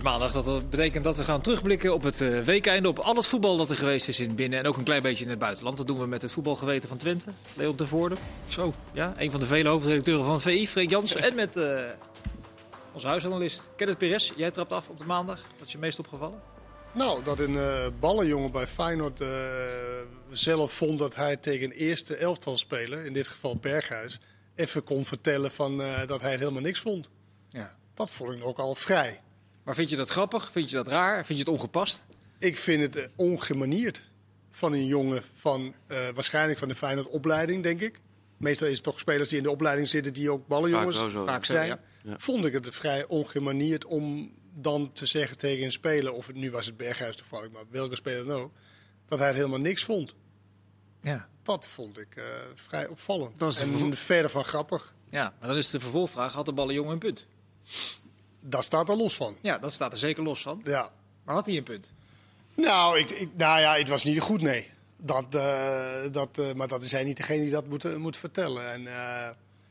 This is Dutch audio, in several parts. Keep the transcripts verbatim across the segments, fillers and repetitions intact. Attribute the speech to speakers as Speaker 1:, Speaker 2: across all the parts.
Speaker 1: is maandag. Dat betekent dat we gaan terugblikken op het uh, weekeinde. Op al het voetbal dat er geweest is in binnen- en ook een klein beetje in het buitenland. Dat doen we met het voetbalgeweten van Twente. Leon ten Voorde. Zo, ja, een van de vele hoofdredacteuren van V I, Freek Jansen. En met uh, onze huisanalist Kenneth Perez. Jij trapt af op de maandag. Wat is je meest opgevallen?
Speaker 2: Nou, dat een uh, ballenjongen bij Feyenoord uh, zelf vond dat hij tegen een eerste elftalspeler, in dit geval Berghuis, even kon vertellen van, uh, dat hij het helemaal niks vond. Ja. Dat vond ik ook al vrij.
Speaker 1: Maar vind je dat grappig? Vind je dat raar? Vind je het ongepast?
Speaker 2: Ik vind het uh, ongemanierd van een jongen van uh, waarschijnlijk van de Feyenoord-opleiding, denk ik. Meestal is het toch spelers die in de opleiding zitten die ook ballenjongens
Speaker 3: Vaak zo,
Speaker 2: vaak zijn. Ja. Ja. Vond ik het vrij ongemanierd om dan te zeggen tegen een speler, of het, nu was het Berghuis toevallig, maar welke speler dan ook, dat hij het helemaal niks vond. Ja. Dat vond ik uh, vrij opvallend. Dat en vervo- verder van grappig.
Speaker 1: Ja, maar dan is de vervolgvraag, had de ballenjongen een punt?
Speaker 2: Daar staat er los van.
Speaker 1: Ja, dat staat er zeker los van. Ja. Maar had hij een punt?
Speaker 2: Nou, ik, ik, nou ja, het was niet goed, nee. Dat, uh, dat, uh, maar dat is hij niet degene die dat moet, uh, moet vertellen. En, uh,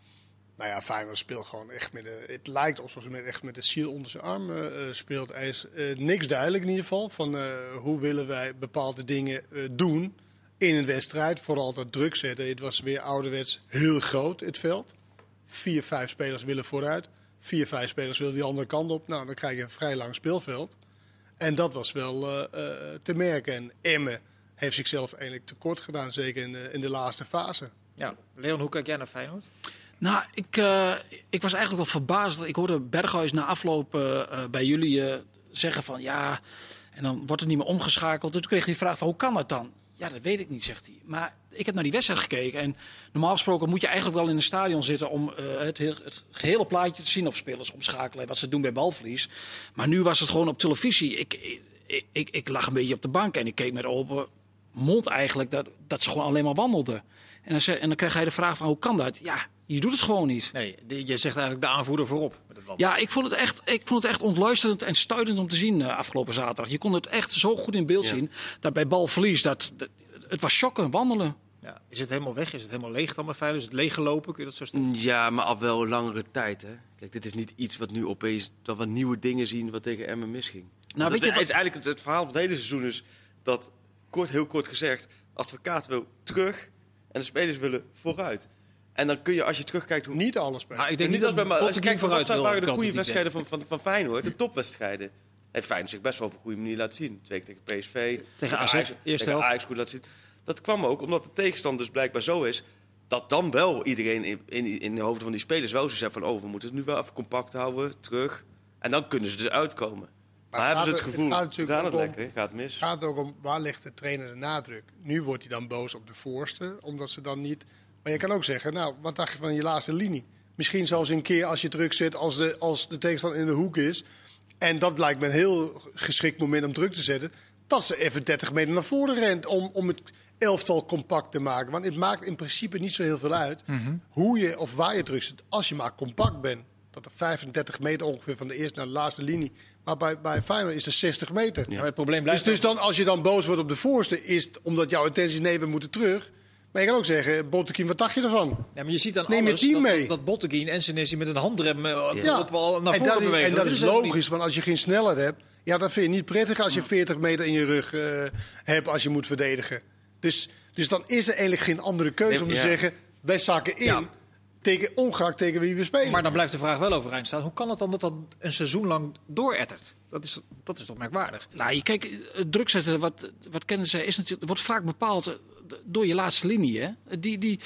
Speaker 2: nou ja, Feyenoord speelt gewoon echt met de... Het lijkt alsof hij echt met de ziel onder zijn arm uh, speelt. Er is uh, niks duidelijk in ieder geval van uh, hoe willen wij bepaalde dingen uh, doen in een wedstrijd. Vooral dat druk zetten. Het was weer ouderwets heel groot, het veld. Vier, vijf spelers willen vooruit. Vier, vijf spelers willen die andere kant op. Nou, dan krijg je een vrij lang speelveld. En dat was wel uh, uh, te merken. En Emmen heeft zichzelf eigenlijk tekort gedaan, zeker in de, in de laatste fase.
Speaker 1: Ja, Leon, hoe kijk jij naar Feyenoord?
Speaker 4: Nou, ik, uh, ik was eigenlijk wel verbaasd. Ik hoorde Berghuis na afloop uh, uh, bij jullie uh, zeggen van ja, en dan wordt het niet meer omgeschakeld. Dus toen kreeg hij de vraag van hoe kan dat dan? Ja, dat weet ik niet, zegt hij. Maar ik heb naar die wedstrijd gekeken. En normaal gesproken moet je eigenlijk wel in een stadion zitten om uh, het, heel, het gehele plaatje te zien of spelers omschakelen. Wat ze doen bij balverlies. Maar nu was het gewoon op televisie. Ik, ik, ik, ik lag een beetje op de bank en ik keek met open mond eigenlijk dat, dat ze gewoon alleen maar wandelden. En dan, en dan kreeg hij de vraag van hoe kan dat? Ja, je doet het gewoon niet.
Speaker 1: Nee, je zegt eigenlijk de aanvoerder voorop. Met het
Speaker 4: ja, ik vond, het echt, ik vond het echt ontluisterend en stuitend om te zien uh, afgelopen zaterdag. Je kon het echt zo goed in beeld ja. zien. Dat bij balverlies, dat, dat, het was shocken, wandelen.
Speaker 1: Ja. Is het helemaal weg? Is het helemaal leeg dan bij Feyenoord? Is het leeggelopen? Kun je dat zo stellen?
Speaker 3: Ja, maar al wel langere tijd. Hè? Kijk, dit is niet iets wat nu opeens, dat we nieuwe dingen zien wat tegen Emmen misging. Nou, weet je, het is eigenlijk het, het verhaal van het hele seizoen is dat, kort, heel kort gezegd, advocaat wil terug en de spelers willen vooruit. En dan kun je, als je terugkijkt, hoe
Speaker 2: niet alles bij.
Speaker 1: Nou, ik denk niet dat, dat bij, als je kijkt vooruit
Speaker 3: wat waren de goede
Speaker 1: wedstrijden
Speaker 3: van, van, van Feyenoord, de topwedstrijden. Heeft Feyenoord zich best wel op een goede manier laten zien. Twee keer tegen P S V,
Speaker 1: tegen A Z,
Speaker 3: Ajax,
Speaker 1: eerste
Speaker 3: tegen
Speaker 1: helft.
Speaker 3: Ajax goed laten zien. Dat kwam ook omdat de tegenstand dus blijkbaar zo is dat dan wel iedereen in, in, in de hoofden van die spelers wel zo zegt van oh, we moeten het nu wel even compact houden, terug. En dan kunnen ze dus uitkomen. Maar, maar hebben ze het gevoel, het gaat natuurlijk gaat het om, lekker, gaat het mis.
Speaker 2: Het gaat ook om, waar ligt de trainer de nadruk? Nu wordt hij dan boos op de voorste, omdat ze dan niet... Maar je kan ook zeggen, nou, wat dacht je van je laatste linie? Misschien zelfs een keer als je druk zit, als de, als de tegenstander in de hoek is. En dat lijkt me een heel geschikt moment om druk te zetten. Dat ze even dertig meter naar voren rent om, om het elftal compact te maken. Want het maakt in principe niet zo heel veel uit mm-hmm. hoe je of waar je druk zit. Als je maar compact bent. Dat er vijfendertig meter ongeveer van de eerste naar de laatste linie. Maar bij, bij Feyenoord is er zestig meter.
Speaker 1: Ja, maar het probleem blijft
Speaker 2: dus, dus dan, als je dan boos wordt op de voorste, is het omdat jouw intenties nee, we moeten terug. Maar je kan ook zeggen, Botteguin, wat dacht je ervan?
Speaker 1: Ja, maar je ziet dan
Speaker 2: Neem
Speaker 1: alles
Speaker 2: je team
Speaker 1: dat,
Speaker 2: mee.
Speaker 1: dat, dat Botteguin en Senesi met een handrem uh,
Speaker 2: ja.
Speaker 1: op, al naar
Speaker 2: en
Speaker 1: voren
Speaker 2: dat,
Speaker 1: bewegen.
Speaker 2: En dat, dat is logisch,
Speaker 1: niet.
Speaker 2: want als je geen snelheid hebt, ja, dat vind je niet prettig als je veertig meter in je rug uh, hebt als je moet verdedigen. Dus, dus dan is er eigenlijk geen andere keuze nee, om te ja. zeggen, wij zakken in. Ja. Tegen, ongeacht tegen wie we spelen.
Speaker 1: Maar dan blijft de vraag wel overeind staan. Hoe kan het dan dat dat een seizoen lang doorettert? Dat is, dat is toch merkwaardig?
Speaker 4: Nou, je kijkt, het druk zetten, wat, wat kennen ze, is natuurlijk, wordt vaak bepaald door je laatste linie. Hè? Die, die,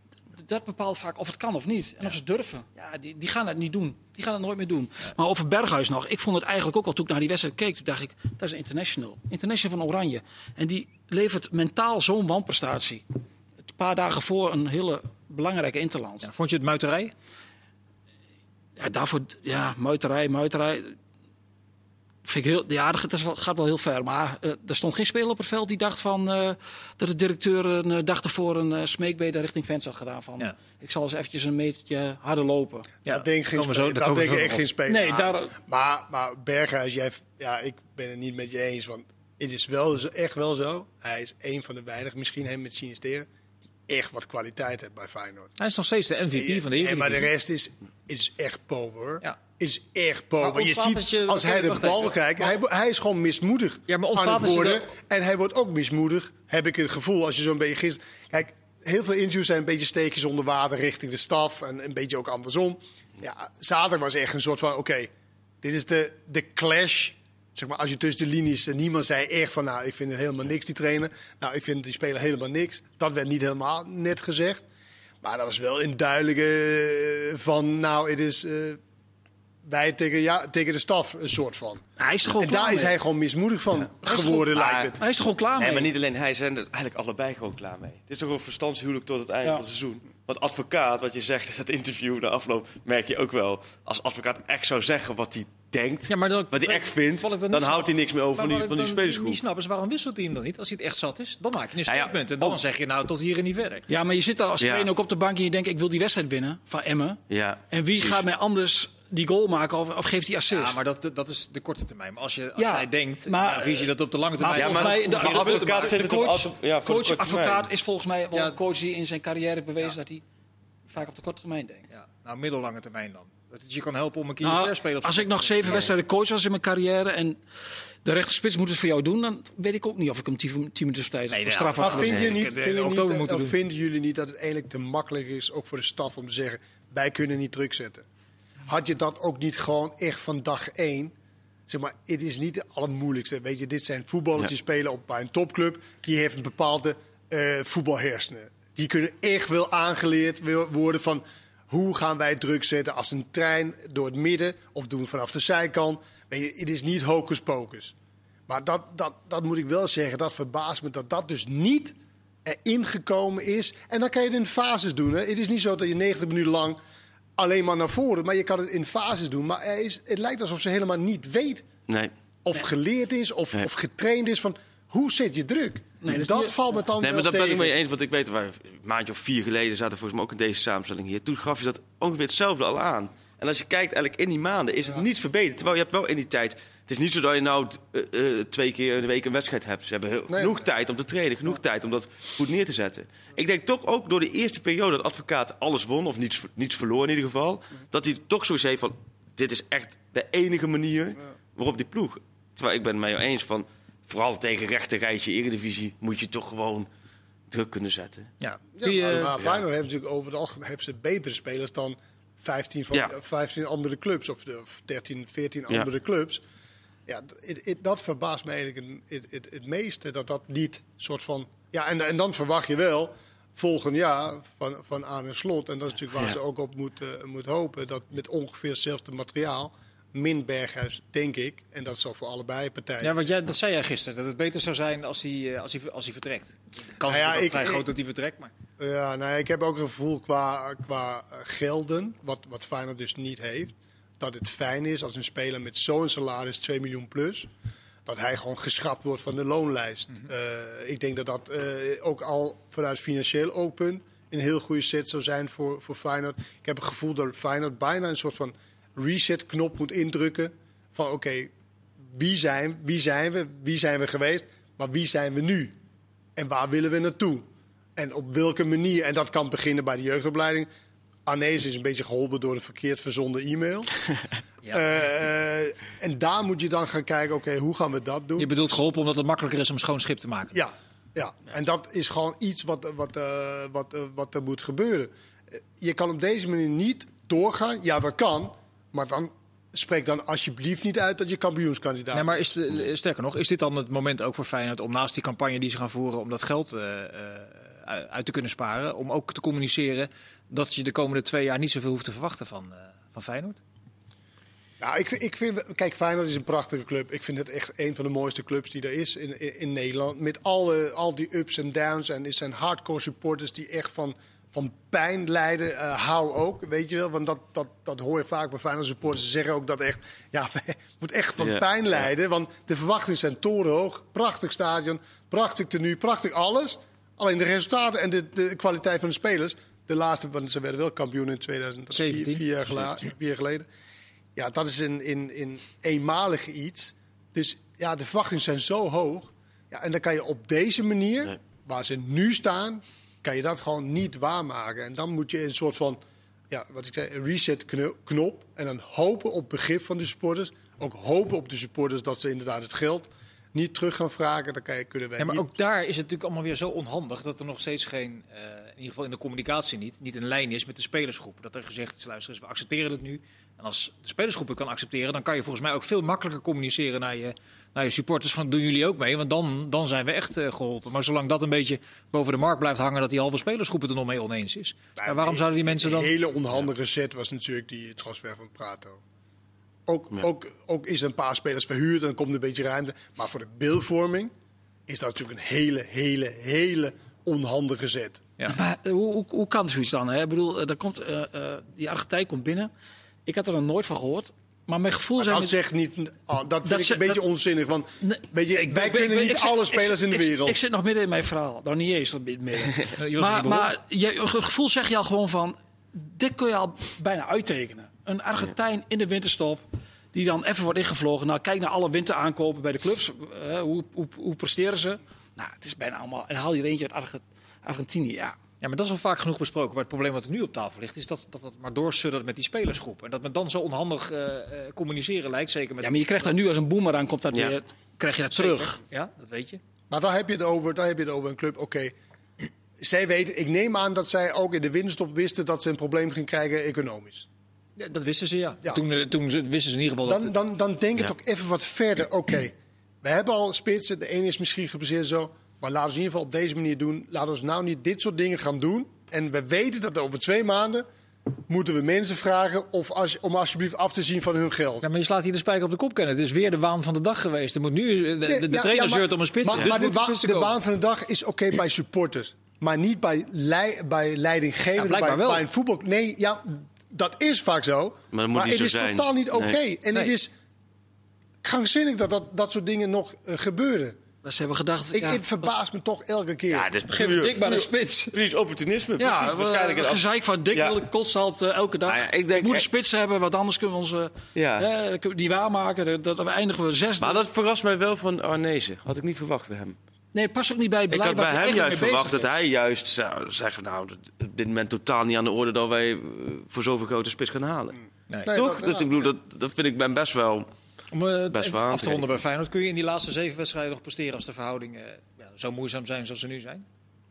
Speaker 4: dat bepaalt vaak of het kan of niet. En ja. of ze durven. Ja, die, die gaan het niet doen. Die gaan het nooit meer doen. Ja. Maar over Berghuis nog. Ik vond het eigenlijk ook al toen ik naar die wedstrijd keek. Toen dacht ik, dat is een international. International van Oranje. En die levert mentaal zo'n wanprestatie. Een paar dagen voor een hele belangrijke interland.
Speaker 1: Ja, vond je het muiterij?
Speaker 4: Ja, daarvoor, ja, muiterij, muiterij. Vind ik heel, ja, dat gaat wel heel ver. Maar uh, er stond geen speler op het veld die dacht van uh, dat de directeur een uh, dag ervoor een uh, smeekbede richting fans had gedaan. Van, ja. Ik zal eens eventjes een metertje harder lopen.
Speaker 2: Ja, dat denk ik geen speler. Dat denk ik echt geen speler.
Speaker 4: Nee,
Speaker 2: maar,
Speaker 4: daar...
Speaker 2: maar, maar Berghuis, jij, ja, ik ben het niet met je eens. Want het is wel zo, echt wel zo. Hij is een van de weinigen, misschien hem met Sinisteren, die echt wat kwaliteit heeft bij Feyenoord.
Speaker 1: Hij is nog steeds de M V P
Speaker 2: en,
Speaker 1: van de Eredivisie.
Speaker 2: Maar de rest is, is echt power. Ja. is echt boven.
Speaker 1: Maar
Speaker 2: Je
Speaker 1: ontstaat
Speaker 2: ziet,
Speaker 1: het je-
Speaker 2: als
Speaker 1: oké,
Speaker 2: hij de
Speaker 1: wacht
Speaker 2: bal
Speaker 1: even.
Speaker 2: kijkt,
Speaker 1: Maar-
Speaker 2: hij, wo- hij is gewoon mismoedig
Speaker 1: Ja, maar
Speaker 2: aan
Speaker 1: ontstaat
Speaker 2: het
Speaker 1: het je
Speaker 2: worden.
Speaker 1: dan-
Speaker 2: En hij wordt ook mismoedig, heb ik het gevoel, als je zo'n beetje gisteren... Kijk, heel veel interviews zijn een beetje steekjes onder water richting de staf. En een beetje ook andersom. Ja, zaterdag was echt een soort van, oké, okay, dit is de, de clash. Zeg maar, als je tussen de linies, en niemand zei echt van, nou, ik vind het helemaal niks, die trainer. Nou, ik vind die spelen helemaal niks. Dat werd niet helemaal net gezegd. Maar dat was wel een duidelijke van, nou, het is uh, wij tegen, ja, tegen de staf een soort van.
Speaker 4: Hij is er gewoon
Speaker 2: En
Speaker 4: klaar
Speaker 2: daar is
Speaker 4: mee.
Speaker 2: hij gewoon mismoedig van
Speaker 3: Ja.
Speaker 2: geworden,
Speaker 3: Maar-
Speaker 2: lijkt het.
Speaker 4: Hij is er gewoon klaar mee.
Speaker 3: Nee, maar niet alleen hij, zijn er eigenlijk allebei gewoon klaar mee. Het is toch een verstandshuwelijk tot het einde
Speaker 4: Ja.
Speaker 3: van het seizoen. Want advocaat, wat je zegt in dat interview na afloop, merk je ook wel. Als advocaat echt zou zeggen wat hij denkt,
Speaker 1: Ja, maar dan,
Speaker 3: wat hij echt vindt,
Speaker 1: wat ik
Speaker 3: dan,
Speaker 1: dan niet
Speaker 3: houdt hij niks meer over
Speaker 1: Maar
Speaker 3: van die,
Speaker 1: wat
Speaker 3: van die
Speaker 1: ik dan
Speaker 3: spelersgroep.
Speaker 1: niet snap is, waarom wisselt hij hem dan niet? Als hij het echt zat is, dan maak je een
Speaker 3: Ja, ja.
Speaker 1: statement. En dan
Speaker 3: Oh.
Speaker 1: zeg je, nou, tot hier en niet verder.
Speaker 4: Ja, maar je zit daar als
Speaker 3: Ja.
Speaker 4: trainer ook op de bank en je denkt, ik wil die wedstrijd winnen van Emmen.
Speaker 3: Ja,
Speaker 4: En wie
Speaker 3: precies.
Speaker 4: gaat mij anders die goal maken of, of geeft die assist?
Speaker 1: Ja, maar dat, dat is de korte termijn. Maar als, je, als
Speaker 4: Ja,
Speaker 1: jij denkt,
Speaker 4: maar-
Speaker 1: ja, visie dat op de lange termijn...
Speaker 4: Maar
Speaker 3: Ja,
Speaker 4: volgens
Speaker 3: maar
Speaker 4: mij, de,
Speaker 3: die
Speaker 4: de- de-
Speaker 3: advocaat
Speaker 4: de-
Speaker 3: zit
Speaker 4: de
Speaker 3: het op
Speaker 4: coach,
Speaker 3: auto- ja, voor de
Speaker 4: coach
Speaker 3: korte termijn.
Speaker 4: advocaat is volgens mij wel
Speaker 1: Ja.
Speaker 4: een coach die in zijn carrière heeft bewezen dat hij vaak op de korte termijn denkt.
Speaker 1: Ja, nou, middellange termijn dan. Dat het je kan helpen om een keer
Speaker 4: Nou,
Speaker 1: een speler op
Speaker 4: als ik nog zeven wedstrijden coach was in mijn carrière en de rechterspits moet het voor jou doen, dan weet ik ook niet of ik hem tien minuten tijd
Speaker 1: Nee,
Speaker 4: voor
Speaker 1: nee,
Speaker 4: straf
Speaker 1: maar
Speaker 4: had
Speaker 2: Maar vind
Speaker 4: geweest.
Speaker 2: je
Speaker 1: Nee,
Speaker 2: niet,
Speaker 1: ik heb
Speaker 2: vind
Speaker 1: de
Speaker 2: je
Speaker 1: oktober
Speaker 2: niet
Speaker 1: moeten
Speaker 2: of
Speaker 1: doen.
Speaker 2: vinden jullie niet dat het eigenlijk te makkelijk is, ook voor de staf, om te zeggen, wij kunnen niet druk zetten? Had je dat ook niet gewoon echt van dag één? Zeg maar, het is niet het allermoeilijkste. Weet je, dit zijn voetballers
Speaker 3: Ja.
Speaker 2: die spelen op, bij een topclub. Die heeft een bepaalde eh voetbalhersenen. Die kunnen echt wel aangeleerd wil- worden van hoe gaan wij druk zetten als een trein door het midden of doen we vanaf de zijkant. Weet je, het is niet hocus pocus. Maar dat, dat, dat moet ik wel zeggen, dat verbaast me dat dat dus niet erin gekomen is. En dan kan je het in fases doen. Hè. Het is niet zo dat je negentig minuten lang alleen maar naar voren, maar je kan het in fases doen. Maar er is, het lijkt alsof ze helemaal niet weet
Speaker 3: Nee.
Speaker 2: of geleerd is of,
Speaker 3: Nee.
Speaker 2: of getraind is van hoe zet je druk.
Speaker 4: Nee, dus
Speaker 2: dat
Speaker 4: die-
Speaker 2: valt me dan
Speaker 3: Nee,
Speaker 2: wel
Speaker 3: maar dat ben
Speaker 2: tegen.
Speaker 3: ik mee eens. Want ik weet, waar, een maandje of vier geleden zaten volgens mij ook in deze samenstelling hier. Toen gaf je dat ongeveer hetzelfde al aan. En als je kijkt eigenlijk in die maanden is het
Speaker 2: Ja.
Speaker 3: niet verbeterd. Terwijl je hebt wel in die tijd... Het is niet zo dat je nou uh, uh, twee keer in de week een wedstrijd hebt. Ze hebben heel,
Speaker 2: Nee.
Speaker 3: genoeg tijd om te trainen. Genoeg tijd om dat goed neer te zetten. Ik denk toch ook door de eerste periode dat advocaat alles won. Of niets, niets verloor in ieder geval. Dat hij toch zoiets heeft van... Dit is echt de enige manier waarop die ploeg... Terwijl ik ben het met jou eens van... Vooral tegen rechter rijtje Eredivisie moet je toch gewoon druk kunnen zetten.
Speaker 1: Ja,
Speaker 2: Ja,
Speaker 1: die,
Speaker 2: maar,
Speaker 1: eh,
Speaker 2: maar Feyenoord heeft natuurlijk over het algemeen heeft ze betere spelers dan vijftien, van,
Speaker 3: Ja.
Speaker 2: vijftien andere clubs of, de, of dertien, veertien
Speaker 3: Ja.
Speaker 2: andere clubs. Ja, d- het- het- dat verbaast me eigenlijk het, het, het, het meeste. Dat dat niet soort van... Ja, en, en dan verwacht je wel volgend jaar van, van Arne Slot. En dat is natuurlijk waar
Speaker 3: Ja.
Speaker 2: ze ook op moeten moet hopen. Dat met ongeveer hetzelfde materiaal, min Berghuis, denk ik. En dat zal voor allebei partijen.
Speaker 1: ja, want jij, dat zei jij gisteren, dat het beter zou zijn als hij, eh, als hij, als hij vertrekt. De kans
Speaker 2: Nou ja,
Speaker 1: is ook
Speaker 2: ik-
Speaker 1: vrij
Speaker 2: ik-
Speaker 1: groot dat hij vertrekt, maar...
Speaker 2: Ja, nou, ja, ik heb ook een gevoel qua, qua eh, gelden, wat, wat Feyenoord dus niet heeft. Dat het fijn is als een speler met zo'n salaris, twee miljoen plus, dat hij gewoon geschrapt wordt van de loonlijst. Eh, ik denk dat dat eh, ook al vanuit financieel oogpunt een heel goede set zou zijn voor, voor Feyenoord. Ik heb het gevoel dat Feyenoord bijna een soort van reset-knop moet indrukken. Van oké, wie, zijn, wie zijn we, wie zijn we geweest, maar wie zijn we nu? En waar willen we naartoe? En op welke manier? En dat kan beginnen bij de jeugdopleiding. Arnees is een beetje geholpen door een verkeerd verzonden e-mail.
Speaker 1: Ja.
Speaker 2: Eh, en daar moet je dan gaan kijken, oké, hoe gaan we dat doen?
Speaker 1: Je bedoelt geholpen omdat het makkelijker is om schoon schip te maken.
Speaker 2: Ja, ja. En dat is gewoon iets wat, wat, eh, wat, eh, wat er moet gebeuren. Eh, Je kan op deze manier niet doorgaan. Ja, dat kan. Maar dan spreek dan alsjeblieft niet uit dat je kampioenskandidaat
Speaker 1: Nee, maar is de, sterker nog, is dit dan het moment ook voor Feyenoord om naast die campagne die ze gaan voeren om dat geld eh, eh, uit te kunnen sparen, om ook te communiceren dat je de komende twee jaar niet zoveel hoeft te verwachten van, eh, van Feyenoord?
Speaker 2: Ja, ik, vind- ik vind, kijk, Feyenoord is een prachtige club. Ik vind het echt een van de mooiste clubs die er is in, in, in Nederland. Met alle, al die ups en downs. En het zijn hardcore supporters die echt van, van pijn lijden. Uh, hou ook, weet je wel. Want dat, dat, dat hoor je vaak bij Feyenoord supporters. Ze zeggen ook dat echt, ja, je moet echt van
Speaker 3: Ja,
Speaker 2: pijn lijden. Want de verwachtingen zijn torenhoog. Prachtig stadion, prachtig tenue, prachtig alles. Alleen de resultaten en de, de kwaliteit van de spelers. De laatste, want ze werden wel kampioen in tweeduizend zeventien, vier jaar, gela- vier jaar geleden. Ja, dat is een, in, in eenmalig iets. Dus ja, de verwachtingen zijn zo hoog. Ja, en dan kan je op deze manier,
Speaker 3: Nee.
Speaker 2: waar ze nu staan, kan je dat gewoon niet waarmaken. En dan moet je een soort van ja, wat ik zei, een reset knop. En dan hopen op begrip van de supporters. Ook hopen op de supporters dat ze inderdaad het geld niet terug gaan vragen. Dan kan je, kunnen wij
Speaker 1: ja, maar
Speaker 2: niet...
Speaker 1: ook daar is het natuurlijk allemaal weer zo onhandig dat er nog steeds geen, uh, in ieder geval in de communicatie niet, niet een lijn is met de spelersgroep. Dat er gezegd is, luister eens, we accepteren het nu. En als de spelersgroep het kan accepteren, dan kan je volgens mij ook veel makkelijker communiceren naar je, naar je supporters van doen jullie ook mee, want dan, dan zijn we echt uh, geholpen. Maar zolang dat een beetje boven de markt blijft hangen, dat die halve spelersgroep het er nog mee oneens is. Nou, ja, waarom zouden die mensen dan...
Speaker 2: Een hele onhandige set was natuurlijk die transfer van Prato. Ook, ja. ook, ook is er een paar spelers verhuurd en dan komt er een beetje ruimte. Maar voor de beeldvorming is dat natuurlijk een hele, hele, hele onhandige zet.
Speaker 4: Ja. Maar, uh, hoe, hoe, hoe kan zoiets dan? Hè? Ik bedoel, uh, er komt, uh, uh, die Argentijn komt binnen. Ik had er nog nooit van gehoord. Maar mijn gevoel
Speaker 2: maar
Speaker 4: zijn...
Speaker 2: Dat zegt niet... Oh, dat vind dat ik een beetje dat, onzinnig. Want
Speaker 4: nee,
Speaker 2: weet je,
Speaker 4: ik,
Speaker 2: wij
Speaker 4: ik,
Speaker 2: kunnen
Speaker 4: ik,
Speaker 2: niet
Speaker 4: ik,
Speaker 2: alle
Speaker 4: ik,
Speaker 2: spelers
Speaker 4: ik,
Speaker 2: in de
Speaker 4: ik,
Speaker 2: wereld.
Speaker 4: Ik, ik zit nog midden in mijn verhaal. Dan niet eens midden. maar maar je, je gevoel zeg je al gewoon van... Dit kun je al bijna uittekenen. Een Argentijn ja. in de winterstop... Die dan even wordt ingevlogen. Nou, kijk naar alle winteraankopen bij de clubs. Uh, hoe, hoe, hoe presteren ze? Nou, het is bijna allemaal... En haal je er eentje uit Arge- Argentinië, ja.
Speaker 1: Ja, maar dat is wel vaak genoeg besproken. Maar het probleem wat er nu op tafel ligt... is dat dat het maar doorsuddert met die spelersgroep. En dat men dan zo onhandig uh, uh, communiceren lijkt. Zeker met
Speaker 4: ja, maar je krijgt dat nu als een boemerang. Komt dat ja. weer, krijg je dat terug.
Speaker 1: Zeker. Ja, dat weet je.
Speaker 2: Maar daar heb je het over, daar heb je het over een club. Oké, okay. Zij weten... Ik neem aan dat zij ook in de winterstop wisten... dat ze een probleem gingen krijgen economisch.
Speaker 1: Ja, dat wisten ze, ja. ja. Toen, toen wisten ze in ieder geval
Speaker 2: dan,
Speaker 1: dat...
Speaker 2: Dan, dan denk ik ja. ook even wat verder. Oké, okay, we hebben al spitsen. De ene is misschien gebaseerd zo. Maar laten we in ieder geval op deze manier doen. Laten we nou niet dit soort dingen gaan doen. En we weten dat over twee maanden... moeten we mensen vragen of als, om alsjeblieft af te zien van hun geld.
Speaker 1: Ja, maar je slaat hier de spijker op de kop, kennen. Het is weer de waan van de dag geweest. Er moet nu, de, de, de ja, trainer zeurt ja, om een spits.
Speaker 2: Maar,
Speaker 1: dus
Speaker 2: maar de, wa-
Speaker 1: de,
Speaker 2: de waan van de dag is oké okay bij supporters. Maar niet bij, lei, bij leidinggevenden.
Speaker 1: Ja,
Speaker 2: bij, bij een voetbal... Nee, ja... Dat is vaak zo, maar, dat moet maar niet het zo is zijn. Totaal niet oké. Okay. Nee. En nee. Het is krankzinnig dat dat, dat soort dingen nog uh, gebeuren.
Speaker 4: Maar ze hebben gedacht...
Speaker 2: Ik,
Speaker 4: ja,
Speaker 2: het verbaast me toch elke keer.
Speaker 3: Ja, het is
Speaker 4: Geef Dick maar een spits.
Speaker 3: Precies, opportunisme.
Speaker 4: Ja,
Speaker 3: precies, waarschijnlijk
Speaker 4: het gezeik van Dick wil ja. constant uh, elke dag. Nou ja, ik denk, moet een spits hebben, want anders kunnen we ons uh, ja. uh, kunnen we niet waarmaken. Dat, dat we eindigen we zes.
Speaker 3: Maar dat verrast mij wel van Arnezen. Had ik niet verwacht bij hem.
Speaker 4: Nee, het past ook niet bij het beleid.
Speaker 3: Ik had bij hem juist verwacht dat hij juist zou zeggen... nou, op dit moment totaal niet aan de orde... dat wij voor zoveel grote spits gaan halen. Nee. Nee, Toch? Dat, dat, ik bedoel, dat, dat vind ik ben best wel...
Speaker 1: Om uh, best even af te ronden bij Feyenoord... kun je in die laatste zeven wedstrijden nog presteren... als de verhoudingen uh, ja, zo moeizaam zijn zoals ze nu zijn?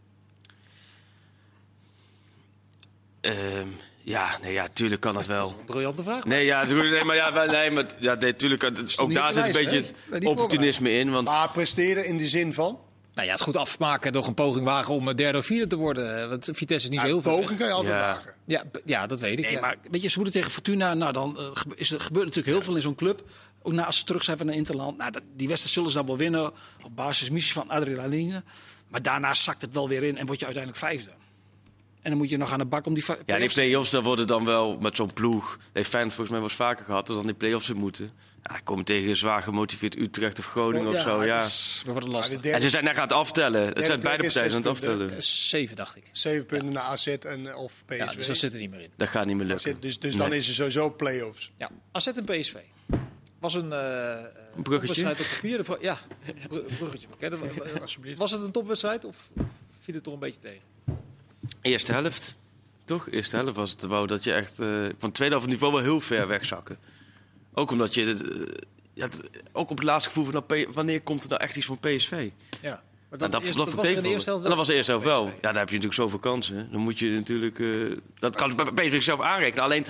Speaker 3: Uh, ja, nee, ja, tuurlijk kan dat wel. Dat
Speaker 1: een briljante vraag.
Speaker 3: Nee, ja, nee, maar ja, nee, maar ja, nee, tuurlijk, ook daar zit een beetje het opportunisme in. Want...
Speaker 2: Maar presteren in de zin van...
Speaker 1: Nou ja, het goed afmaken, nog een poging wagen om derde of vierde te worden. Want Vitesse is niet ja, zo heel veel.
Speaker 2: Een poging kan je altijd
Speaker 3: ja.
Speaker 2: wagen.
Speaker 1: Ja, ja, dat weet ik.
Speaker 4: Nee,
Speaker 1: ja.
Speaker 4: maar weet je, ze moeten tegen Fortuna. Nou, dan uh, is er gebeurt natuurlijk heel ja. veel in zo'n club. Ook na als ze terug zijn van een interland. Nou, dat, die wedstrijd zullen ze dan wel winnen. Op basis missie van adrenaline. Maar daarna zakt het wel weer in en word je uiteindelijk vijfde. En dan moet je nog aan de bak om die...
Speaker 3: Ja, play-offs. die play-offs, daar worden dan wel met zo'n ploeg. Dat heeft Feyenoord volgens mij wel eens vaker gehad. Dus dan die play-offs ze moeten. Ja, komen tegen zwaar gemotiveerd Utrecht of Groningen oh, ja, of zo. Ja.
Speaker 1: Dat wordt lastig.
Speaker 2: Ja, derde,
Speaker 3: en ze zijn echt aan het aftellen. Het zijn beide partijen aan het aftellen.
Speaker 1: Zeven, dacht ik.
Speaker 2: Zeven punten ja. naar A Z en of P S V.
Speaker 1: Ja, dus dat zit er niet meer in.
Speaker 3: Dat gaat niet meer lukken.
Speaker 2: Dus, dus
Speaker 3: nee.
Speaker 2: dan is er sowieso play-offs.
Speaker 1: Ja, A Z en P S V. Was een, uh,
Speaker 3: een bruggetje.
Speaker 1: Topwedstrijd op papier. Ja, bruggetje. Alsjeblieft. Was het een topwedstrijd of viel het toch een beetje tegen?
Speaker 3: Eerste helft. Toch? Eerste helft was het wou dat je echt uh, van tweede helft niveau wel heel ver wegzakken. Ook omdat je het, uh, ja, het, ook op het laatste gevoel van nou, wanneer komt er nou echt iets van P S V?
Speaker 1: Ja. Maar
Speaker 3: dat, dat,
Speaker 1: eerst,
Speaker 3: dat,
Speaker 1: dat was in de eerste helft.
Speaker 3: En dat was de eerste helft wel. Ja, daar heb je natuurlijk zoveel kansen. Dan moet je natuurlijk uh, dat kan P S V zelf aanrekenen. Alleen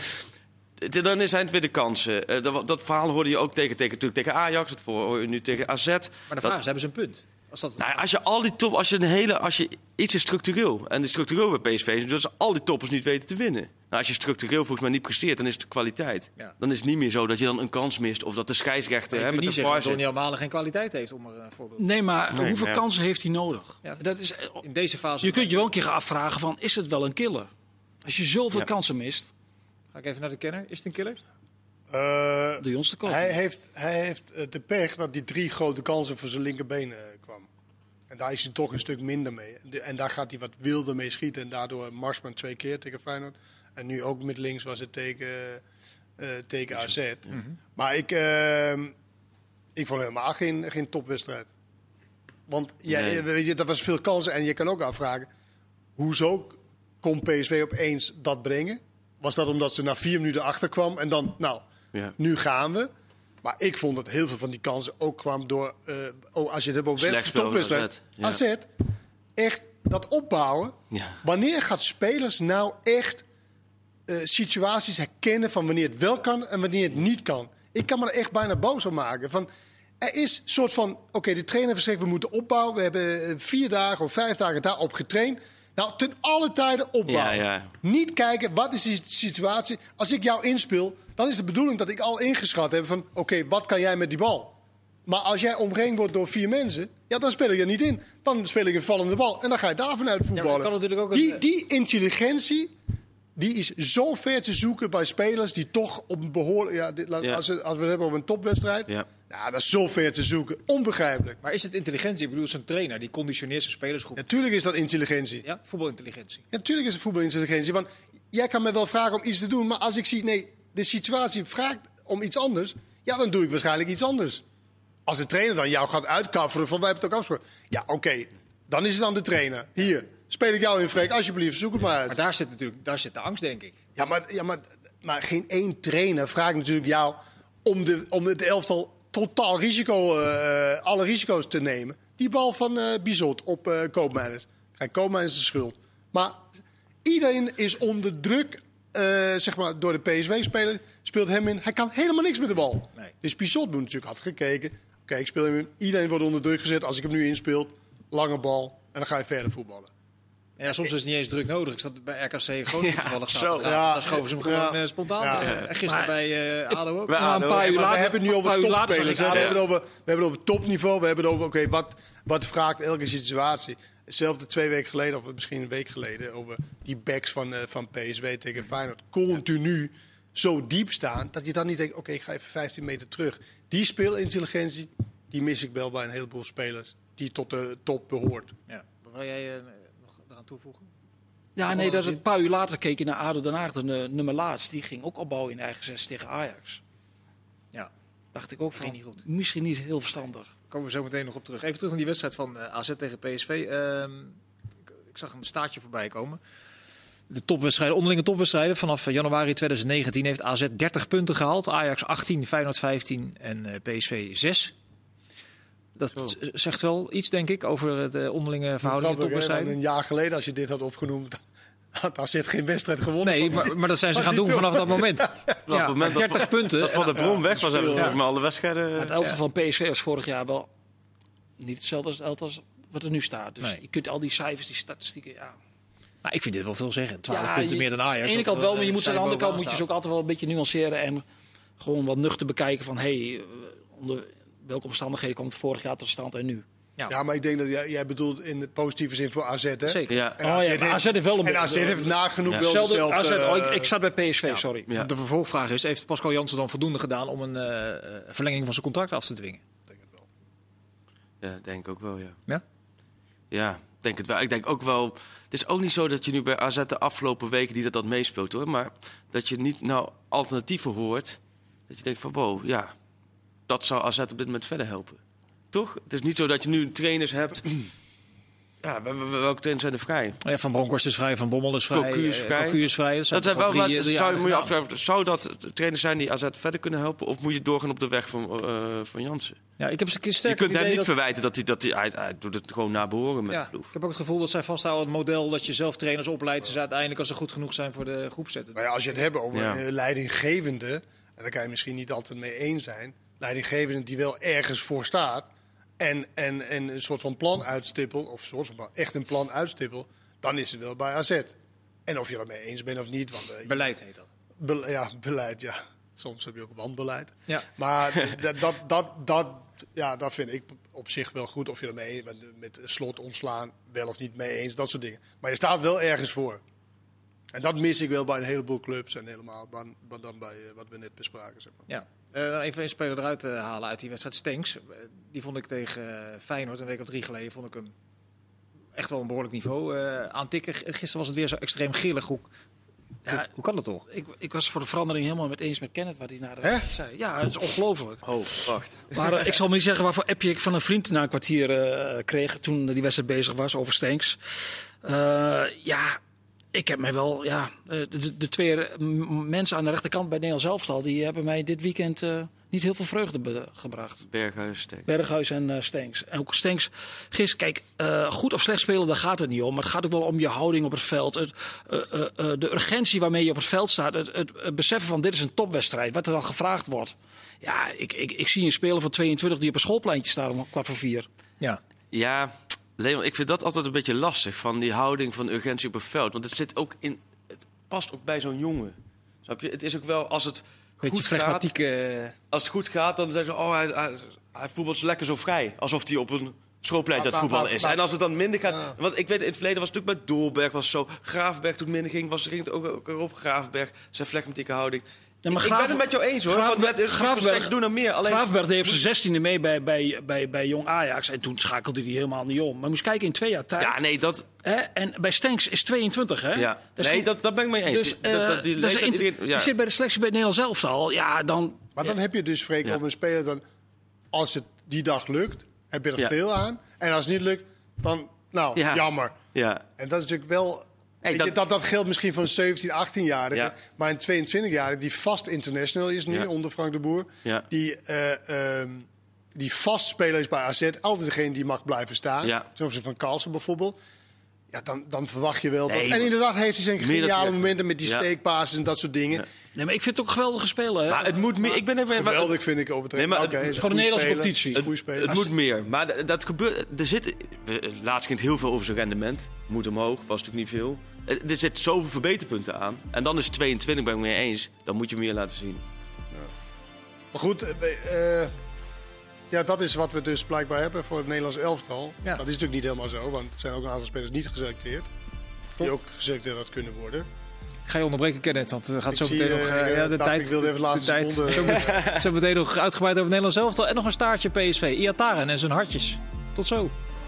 Speaker 3: dan zijn het weer de kansen. Uh, dat, dat verhaal hoorde je ook tegen tegen, tegen Ajax, het voor nu tegen A Z. Maar
Speaker 1: de vraag is, hebben ze een punt?
Speaker 3: Als, dat... nou, als je al die top, als je een hele, als je iets is structureel en de structureel bij P S V is dat ze al die toppers niet weten te winnen. Nou, als je structureel volgens mij niet presteert, dan is het de kwaliteit. Ja. Dan is het niet meer zo dat je dan een kans mist of dat de scheidsrechter hè, met de
Speaker 1: zeggen dat Donny Malen geen kwaliteit heeft om er een voorbeeld.
Speaker 4: Nee, maar nee, hoeveel ja. kansen heeft hij nodig?
Speaker 1: Ja, dat is in deze fase.
Speaker 4: Je kunt je wel een keer gaan afvragen van, is het wel een killer? Als je zoveel ja. kansen mist.
Speaker 1: Ga ik even naar de kenner. Is het een killer?
Speaker 2: Uh,
Speaker 4: de jongste kop.
Speaker 2: Hij heeft, hij heeft de pech dat die drie grote kansen voor zijn linkerbeen uh, kwam. En daar is hij toch een stuk minder mee. De, en daar gaat hij wat wilder mee schieten. En daardoor Marsman twee keer tegen Feyenoord. En nu ook met links was het tegen, uh, tegen A Z. Mm-hmm. Maar ik, uh, ik vond helemaal geen, geen topwedstrijd. Want ja, nee. weet je, dat was veel kansen. En je kan ook afvragen, hoezo kon P S V opeens dat brengen? was dat omdat ze na vier minuten achterkwam en dan, nou,
Speaker 3: Ja.
Speaker 2: nu gaan we. Maar ik vond dat heel veel van die kansen ook kwam door, uh, oh, als je het hebt over
Speaker 3: Slecht spel van
Speaker 2: topwedstrijd,
Speaker 3: A Z,
Speaker 2: A
Speaker 3: ja.
Speaker 2: Z, echt dat opbouwen.
Speaker 3: Ja.
Speaker 2: Wanneer gaat spelers nou echt uh, situaties herkennen van wanneer het wel kan en wanneer het niet kan? Ik kan me er echt bijna boos op maken. Van, er is een soort van, oké, okay, de trainer heeft gezegd, we moeten opbouwen. We hebben vier dagen of vijf dagen daarop getraind. Nou, ten alle tijden opbouwen.
Speaker 3: Ja, ja.
Speaker 2: Niet kijken, wat is die situatie? Als ik jou inspeel, dan is de bedoeling dat ik al ingeschat heb van, oké, okay, wat kan jij met die bal? Maar als jij omringd wordt door vier mensen, ja, dan speel ik er niet in. Dan speel ik een vallende bal en dan ga je daar vanuit voetballen.
Speaker 1: Ja, kan natuurlijk ook
Speaker 2: die,
Speaker 1: een...
Speaker 2: die intelligentie, die is zo ver te zoeken bij spelers die toch op een behoorlijk... Ja, dit,
Speaker 3: Ja.
Speaker 2: Als, we, als we het hebben over een topwedstrijd,
Speaker 3: Ja.
Speaker 2: nou, dat is zo ver te zoeken. Onbegrijpelijk.
Speaker 1: Maar is het intelligentie? Ik bedoel, zo'n trainer die conditioneert zijn spelersgroep.
Speaker 2: Natuurlijk is dat intelligentie.
Speaker 1: Ja, voetbalintelligentie.
Speaker 2: Ja, natuurlijk is het voetbalintelligentie. Want jij kan me wel vragen om iets te doen, maar als ik zie, nee, de situatie vraagt om iets anders, ja, dan doe ik waarschijnlijk iets anders. Als de trainer dan jou gaat uitkafferen van wij hebben het ook afgesproken. Ja, oké, okay, dan is het dan de trainer. Hier, speel ik jou in, Freek, alsjeblieft, zoek het maar uit.
Speaker 1: Maar daar zit natuurlijk daar zit de angst, denk ik.
Speaker 2: Ja, maar, ja, maar, maar geen één trainer vraagt natuurlijk jou om, de, om het elftal totaal risico, uh, alle risico's te nemen. Die bal van uh, Bizot op uh, Koopmeiners. Kijk, Koopmeiners is de schuld. Maar iedereen is onder druk, uh, zeg maar, door de P S V-speler. Speelt hem in. Hij kan helemaal niks met de bal.
Speaker 1: Nee.
Speaker 2: Dus Bizot moet natuurlijk had gekeken. Oké, okay, ik speel hem in. Iedereen wordt onder druk gezet. Als ik hem nu inspeel, lange bal. En dan ga je verder voetballen.
Speaker 1: Ja, soms is het niet eens druk nodig. Ik zat bij R K C Groningen
Speaker 3: Ja,
Speaker 1: toevallig
Speaker 3: zo.
Speaker 1: zaterdag.
Speaker 2: Ja.
Speaker 1: Dan schoven ze hem gewoon
Speaker 2: Ja.
Speaker 1: uh, spontaan.
Speaker 2: Ja.
Speaker 1: Ja. En gisteren
Speaker 4: Maar-
Speaker 1: bij uh, ADO ook.
Speaker 3: Bij
Speaker 4: Maar een
Speaker 3: ADO,
Speaker 4: paar
Speaker 3: ja,
Speaker 4: uur
Speaker 2: Maar
Speaker 4: later,
Speaker 2: we hebben het nu
Speaker 4: een paar
Speaker 2: over
Speaker 4: uur later
Speaker 2: topspelers.
Speaker 4: zag
Speaker 2: hè.
Speaker 4: ik
Speaker 2: We,
Speaker 4: ADO.
Speaker 2: hebben het over, we hebben het over topniveau. We hebben het over oké, wat, wat vraagt elke situatie. Hetzelfde twee weken geleden, of misschien een week geleden, over die backs van, uh, van P S V tegen Feyenoord. Continu zo diep staan, dat je dan niet denkt, oké, okay, ik ga even vijftien meter terug. Die speelintelligentie, die mis ik wel bij een heleboel spelers die tot de top behoort.
Speaker 1: Ja. Wat wil jij uh, nog eraan toevoegen?
Speaker 4: Ja, nee, dat is een paar uur later keek je naar ADO Den Haag, de uh, nummer laatst. Die ging ook opbouwen in eigen zes tegen Ajax.
Speaker 1: Ja,
Speaker 4: Dacht ik ook van,
Speaker 1: ging niet goed.
Speaker 4: misschien niet heel verstandig.
Speaker 1: Daar komen we zo meteen nog op terug. Even terug naar die wedstrijd van uh, A Z tegen P S V. Uh, ik, ik zag een staartje voorbij komen. De topwedstrijden, onderlinge topwedstrijden. Vanaf januari twintig negentien heeft A Z dertig punten gehaald. Ajax achttien, Feyenoord vijftien en uh, P S V zes. Dat
Speaker 3: Zo.
Speaker 1: zegt wel iets, denk ik, over de onderlinge verhoudingen in
Speaker 2: Grappig, hè, want
Speaker 1: topwedstrijden.
Speaker 2: een jaar geleden, als je dit had opgenoemd, had A Z geen wedstrijd gewonnen.
Speaker 1: Nee, maar, maar dat zijn ze
Speaker 2: Was
Speaker 1: gaan
Speaker 2: niet
Speaker 1: doen
Speaker 2: toe.
Speaker 1: vanaf dat moment.
Speaker 3: Vanaf
Speaker 1: Ja,
Speaker 3: het moment
Speaker 1: dertig
Speaker 3: dat,
Speaker 1: punten.
Speaker 3: dat Van de Bron weg was, hebben ze
Speaker 2: Ja.
Speaker 3: volgens mij alle wedstrijden...
Speaker 4: Maar het elftal van P S V was vorig jaar wel niet hetzelfde als het elftal als wat er nu staat. Dus
Speaker 1: Nee.
Speaker 4: je kunt al die cijfers, die statistieken, ja...
Speaker 1: Nou, ik vind dit wel veel zeggen. twaalf
Speaker 4: Ja,
Speaker 1: punten
Speaker 4: je-
Speaker 1: meer dan Ajax.
Speaker 4: Aan de ene
Speaker 1: dat
Speaker 4: kant wel,
Speaker 1: we,
Speaker 4: maar je
Speaker 1: uh,
Speaker 4: moet aan de
Speaker 1: zij
Speaker 4: andere kant
Speaker 1: bovenaan
Speaker 4: moet je ze ook altijd wel een beetje nuanceren en gewoon wat nuchter bekijken van hé, hey, onder welke omstandigheden kwam het vorig jaar tot stand en nu.
Speaker 2: Ja, maar ik denk dat jij, jij bedoelt in de positieve zin voor A Z, hè?
Speaker 1: Zeker.
Speaker 3: Ja.
Speaker 2: En
Speaker 4: Oh ja, maar A Z heeft wel een
Speaker 2: en A Z
Speaker 4: beetje-
Speaker 2: heeft nagenoeg
Speaker 3: Ja.
Speaker 2: wel
Speaker 4: Hetzelfde,
Speaker 2: dezelfde...
Speaker 4: A Z, oh, ik,
Speaker 2: eh,
Speaker 4: ik zat bij P S V, sorry.
Speaker 3: Ja.
Speaker 1: De vervolgvraag is, heeft Pascal Jansen dan voldoende gedaan om een uh, verlenging van zijn contract af te dwingen?
Speaker 2: denk het wel.
Speaker 3: Ja, denk ik ook wel, ja.
Speaker 1: Ja?
Speaker 3: Ja, denk het wel. Ik denk ook wel... Het is ook niet zo dat je nu bij A Z de afgelopen weken die dat dat meespeelt, hoor. Maar dat je niet nou alternatieven hoort. Dat je denkt van, wow, ja, dat zou A Z op dit moment verder helpen. Toch? Het is niet zo dat je nu trainers hebt... Ja, wel- wel- welke trainers zijn er vrij?
Speaker 1: Ja, Van Bronckhorst is vrij, Van Bommel is vrij,
Speaker 3: Cocu is
Speaker 1: eh,
Speaker 3: vrij.
Speaker 1: Cocu is vrij. Dat, zijn
Speaker 3: Dat zijn
Speaker 1: toch
Speaker 3: wel,
Speaker 1: drie,
Speaker 3: maar
Speaker 1: drie
Speaker 3: zou, moet je
Speaker 1: aardige namen.
Speaker 3: afvragen, zou dat trainers zijn die A Z verder kunnen helpen? Of moet je doorgaan op de weg van, uh, van Jansen?
Speaker 1: Ja, ik heb eens een keer
Speaker 3: Je
Speaker 1: sterk
Speaker 3: kunt
Speaker 1: het
Speaker 3: hem
Speaker 1: idee
Speaker 3: niet
Speaker 1: dat...
Speaker 3: verwijten dat hij, dat hij, hij, hij doet het gewoon naar behoren met
Speaker 1: Ja,
Speaker 3: de ploeg.
Speaker 1: ik heb ook het gevoel dat zij vasthouden aan het model dat je zelf trainers opleidt. Ze uiteindelijk als ze goed genoeg zijn voor de groep zetten.
Speaker 2: Maar ja, als je het hebt over
Speaker 3: Ja.
Speaker 2: eh, leidinggevende, en daar kan je misschien niet altijd mee eens zijn, leidinggevende die wel ergens voor staat en, en, en een soort van plan uitstippelt, of soort van plan, echt een plan uitstippelt, dan is het wel bij A Z. En of je het mee eens bent of niet, want eh,
Speaker 1: Beleid heet dat.
Speaker 2: Be- ja, beleid, ja. Soms heb je ook wanbeleid.
Speaker 1: Ja.
Speaker 2: Maar dat, dat, dat, dat, ja, dat vind ik op zich wel goed. Of je er mee eens bent, met Slot ontslaan, wel of niet mee eens, dat soort dingen. Maar je staat wel ergens voor. En dat mis ik wel bij een heleboel clubs en helemaal dan, dan bij uh, wat we net bespraken. Zeg maar.
Speaker 1: Ja. Uh, even een speler eruit uh, halen uit die wedstrijd. Stenks. Uh, die vond ik tegen uh, Feyenoord een week of drie geleden. Vond ik hem echt wel een behoorlijk niveau uh, aantikken. Gisteren was het weer zo extreem grillig. Hoe,
Speaker 4: Ja,
Speaker 1: hoe, hoe kan dat toch?
Speaker 4: Ik, ik was voor de verandering helemaal met eens met Kenneth wat hij naar de
Speaker 2: Hè?
Speaker 4: wedstrijd zei. Ja, dat is ongelooflijk.
Speaker 3: Oh, wacht.
Speaker 4: Maar uh, ik zal me niet zeggen waarvoor appje ik van een vriend na een kwartier uh, kreeg toen die wedstrijd bezig was over Stenks. Uh, ja, ik heb mij wel, ja, de, de twee mensen aan de rechterkant bij Nederland Elftal, die hebben mij dit weekend uh, niet heel veel vreugde be- gebracht.
Speaker 3: Berghuis, Stenks.
Speaker 4: Berghuis en uh, Stenks. En ook Stenks, gisteren, kijk, uh, goed of slecht spelen, daar gaat het niet om. Maar het gaat ook wel om je houding op het veld. Het, uh, uh, uh, de urgentie waarmee je op het veld staat. Het, het, het beseffen van dit is een topwedstrijd, wat er dan gevraagd wordt. Ja, ik, ik, ik zie een speler van tweeëntwintig die op een schoolpleintje staat om kwart voor vier.
Speaker 1: Ja,
Speaker 3: ja. Leon, ik vind dat altijd een beetje lastig, van die houding van urgentie op het veld. Want het zit ook in, het past ook bij zo'n jongen. Snap je? Het is ook wel, als het
Speaker 1: beetje
Speaker 3: goed gaat,
Speaker 1: uh...
Speaker 3: als het goed gaat, dan zeggen ze, oh, hij, hij, hij voetbalt zo lekker zo vrij. Alsof hij op een schoolpleintje aan het voetballen is. En als het dan minder gaat, ja. Want ik weet, in het verleden was het ook met Dolberg, was zo. Gravenberg toen het minder ging, was, ging het ook, ook over Gravenberg, zijn flegmatieke houding. Ja, maar ik, Graaf, ik ben het met jou eens hoor.
Speaker 4: Graafberg,
Speaker 3: want Graafberg doen er meer. Alleen...
Speaker 4: Graafberg deed op zijn zestiende mee bij, bij, bij, bij Jong Ajax. En toen schakelde hij helemaal niet om. Maar moest kijken in twee jaar tijd.
Speaker 3: Ja, nee, dat...
Speaker 4: Hè? En bij Stenks is tweeëntwintig, hè?
Speaker 3: Ja. Dat nee, niet... dat, dat ben ik mee eens.
Speaker 4: Dus, uh,
Speaker 3: dat, dat, die
Speaker 4: dat
Speaker 3: iedereen,
Speaker 4: in, ja. Je zit bij de selectie bij het Nederlands elftal. Ja, dan...
Speaker 2: Maar dan heb je dus, Freek, ja. op een speler dan... Als het die dag lukt, heb je er ja. veel aan. En als het niet lukt, dan... Nou, ja. jammer.
Speaker 3: Ja.
Speaker 2: En dat is natuurlijk wel... Hey, dat... Dat, dat geldt misschien voor een zeventien, achttien-jarige. Ja. Maar een tweeëntwintig-jarige die vast international is nu, ja. onder Frank de Boer. Ja. Die, uh, um, die vast speler is bij A Z. Altijd degene die mag blijven staan. Ja. Ten opzichte van Carlsen bijvoorbeeld. Ja, dan, dan verwacht je wel... Nee, dat... En inderdaad heeft hij zijn geniale momenten met die ja. steekpases en dat soort dingen. Ja.
Speaker 4: Nee, maar ik vind het ook een geweldige speler. Hè?
Speaker 3: Maar het moet meer. Ik ben even,
Speaker 2: geweldig vind ik overdreven. Nee,
Speaker 4: okay, het is gewoon een Nederlandse competitie.
Speaker 3: Het, het, het moet meer. Maar dat, dat gebeurt. Er zit. Laatst ging het heel veel over zijn rendement. Moet omhoog. Was natuurlijk niet veel. Er zitten zoveel verbeterpunten aan. En dan is tweeëntwintig, ben ik mee eens. Dan moet je meer laten zien.
Speaker 2: Ja. Maar goed, uh, ja, dat is wat we dus blijkbaar hebben voor het Nederlands elftal. Ja. Dat is natuurlijk niet helemaal zo, want er zijn ook een aantal spelers niet geselecteerd. Die ook geselecteerd had kunnen worden.
Speaker 1: Ik ga je onderbreken, Kenneth, want het gaat zo meteen nog... Uh, ja, de
Speaker 2: tijd,
Speaker 1: ik wilde
Speaker 2: even de laatste
Speaker 1: tijd,
Speaker 2: seconde...
Speaker 1: Zo, met, zo meteen nog uitgebreid over het Nederlands elftal. En nog een staartje P S V. Iataren en zijn hartjes. Tot zo.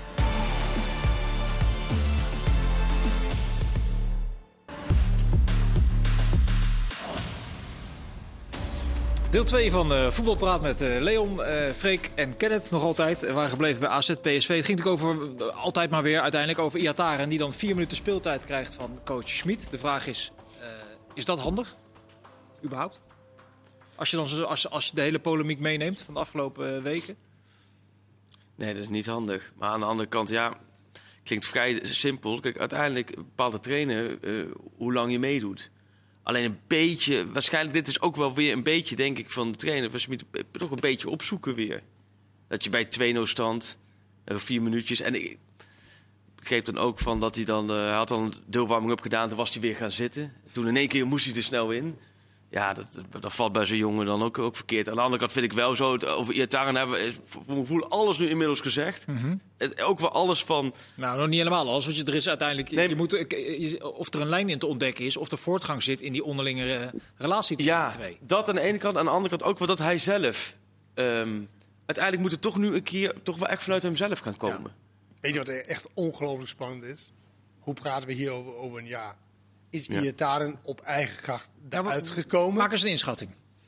Speaker 1: Deel twee van uh, Voetbalpraat met uh, Leon, uh, Freek en Kenneth nog altijd. We waren gebleven bij A Z P S V. Het ging natuurlijk over, uh, altijd maar weer uiteindelijk over Iataren. Die dan vier minuten speeltijd krijgt van coach Schmid. De vraag is, uh, is dat handig? Überhaupt? Als je, dan, als, als je de hele polemiek meeneemt van de afgelopen uh, weken?
Speaker 3: Nee, dat is niet handig. Maar aan de andere kant, ja, klinkt vrij simpel. Kijk, uiteindelijk bepaalt de trainer uh, hoe lang je meedoet. Alleen een beetje, waarschijnlijk dit is ook wel weer een beetje, denk ik, van de trainer. We moeten toch een beetje opzoeken weer. Dat je bij twee nul stand, uh, vier minuutjes. En ik begreep dan ook van dat hij dan, uh, hij had dan de warming-up gedaan. Toen was hij weer gaan zitten. Toen in één keer moest hij er snel in. Ja, dat, dat valt bij zo'n jongen dan ook, ook verkeerd. Aan de andere kant vind ik wel zo, het, over Iataren hebben we voor mijn gevoel alles nu inmiddels gezegd. Mm-hmm. Het, ook wel alles van...
Speaker 1: Nou, nog niet helemaal alles, want je, er is uiteindelijk... Nee, je moet, je, of er een lijn in te ontdekken is, of er voortgang zit in die onderlinge uh, relatie tussen
Speaker 3: ja,
Speaker 1: de twee.
Speaker 3: Dat aan de ene kant. Aan de andere kant ook wel dat hij zelf... Um, uiteindelijk moet het toch nu een keer toch wel echt vanuit hemzelf gaan komen. Ja.
Speaker 2: Weet je wat echt ongelooflijk spannend is? Hoe praten we hier over, over een jaar? Is Iataren ja. op eigen kracht daaruit ja, gekomen?
Speaker 1: Maak eens een inschatting.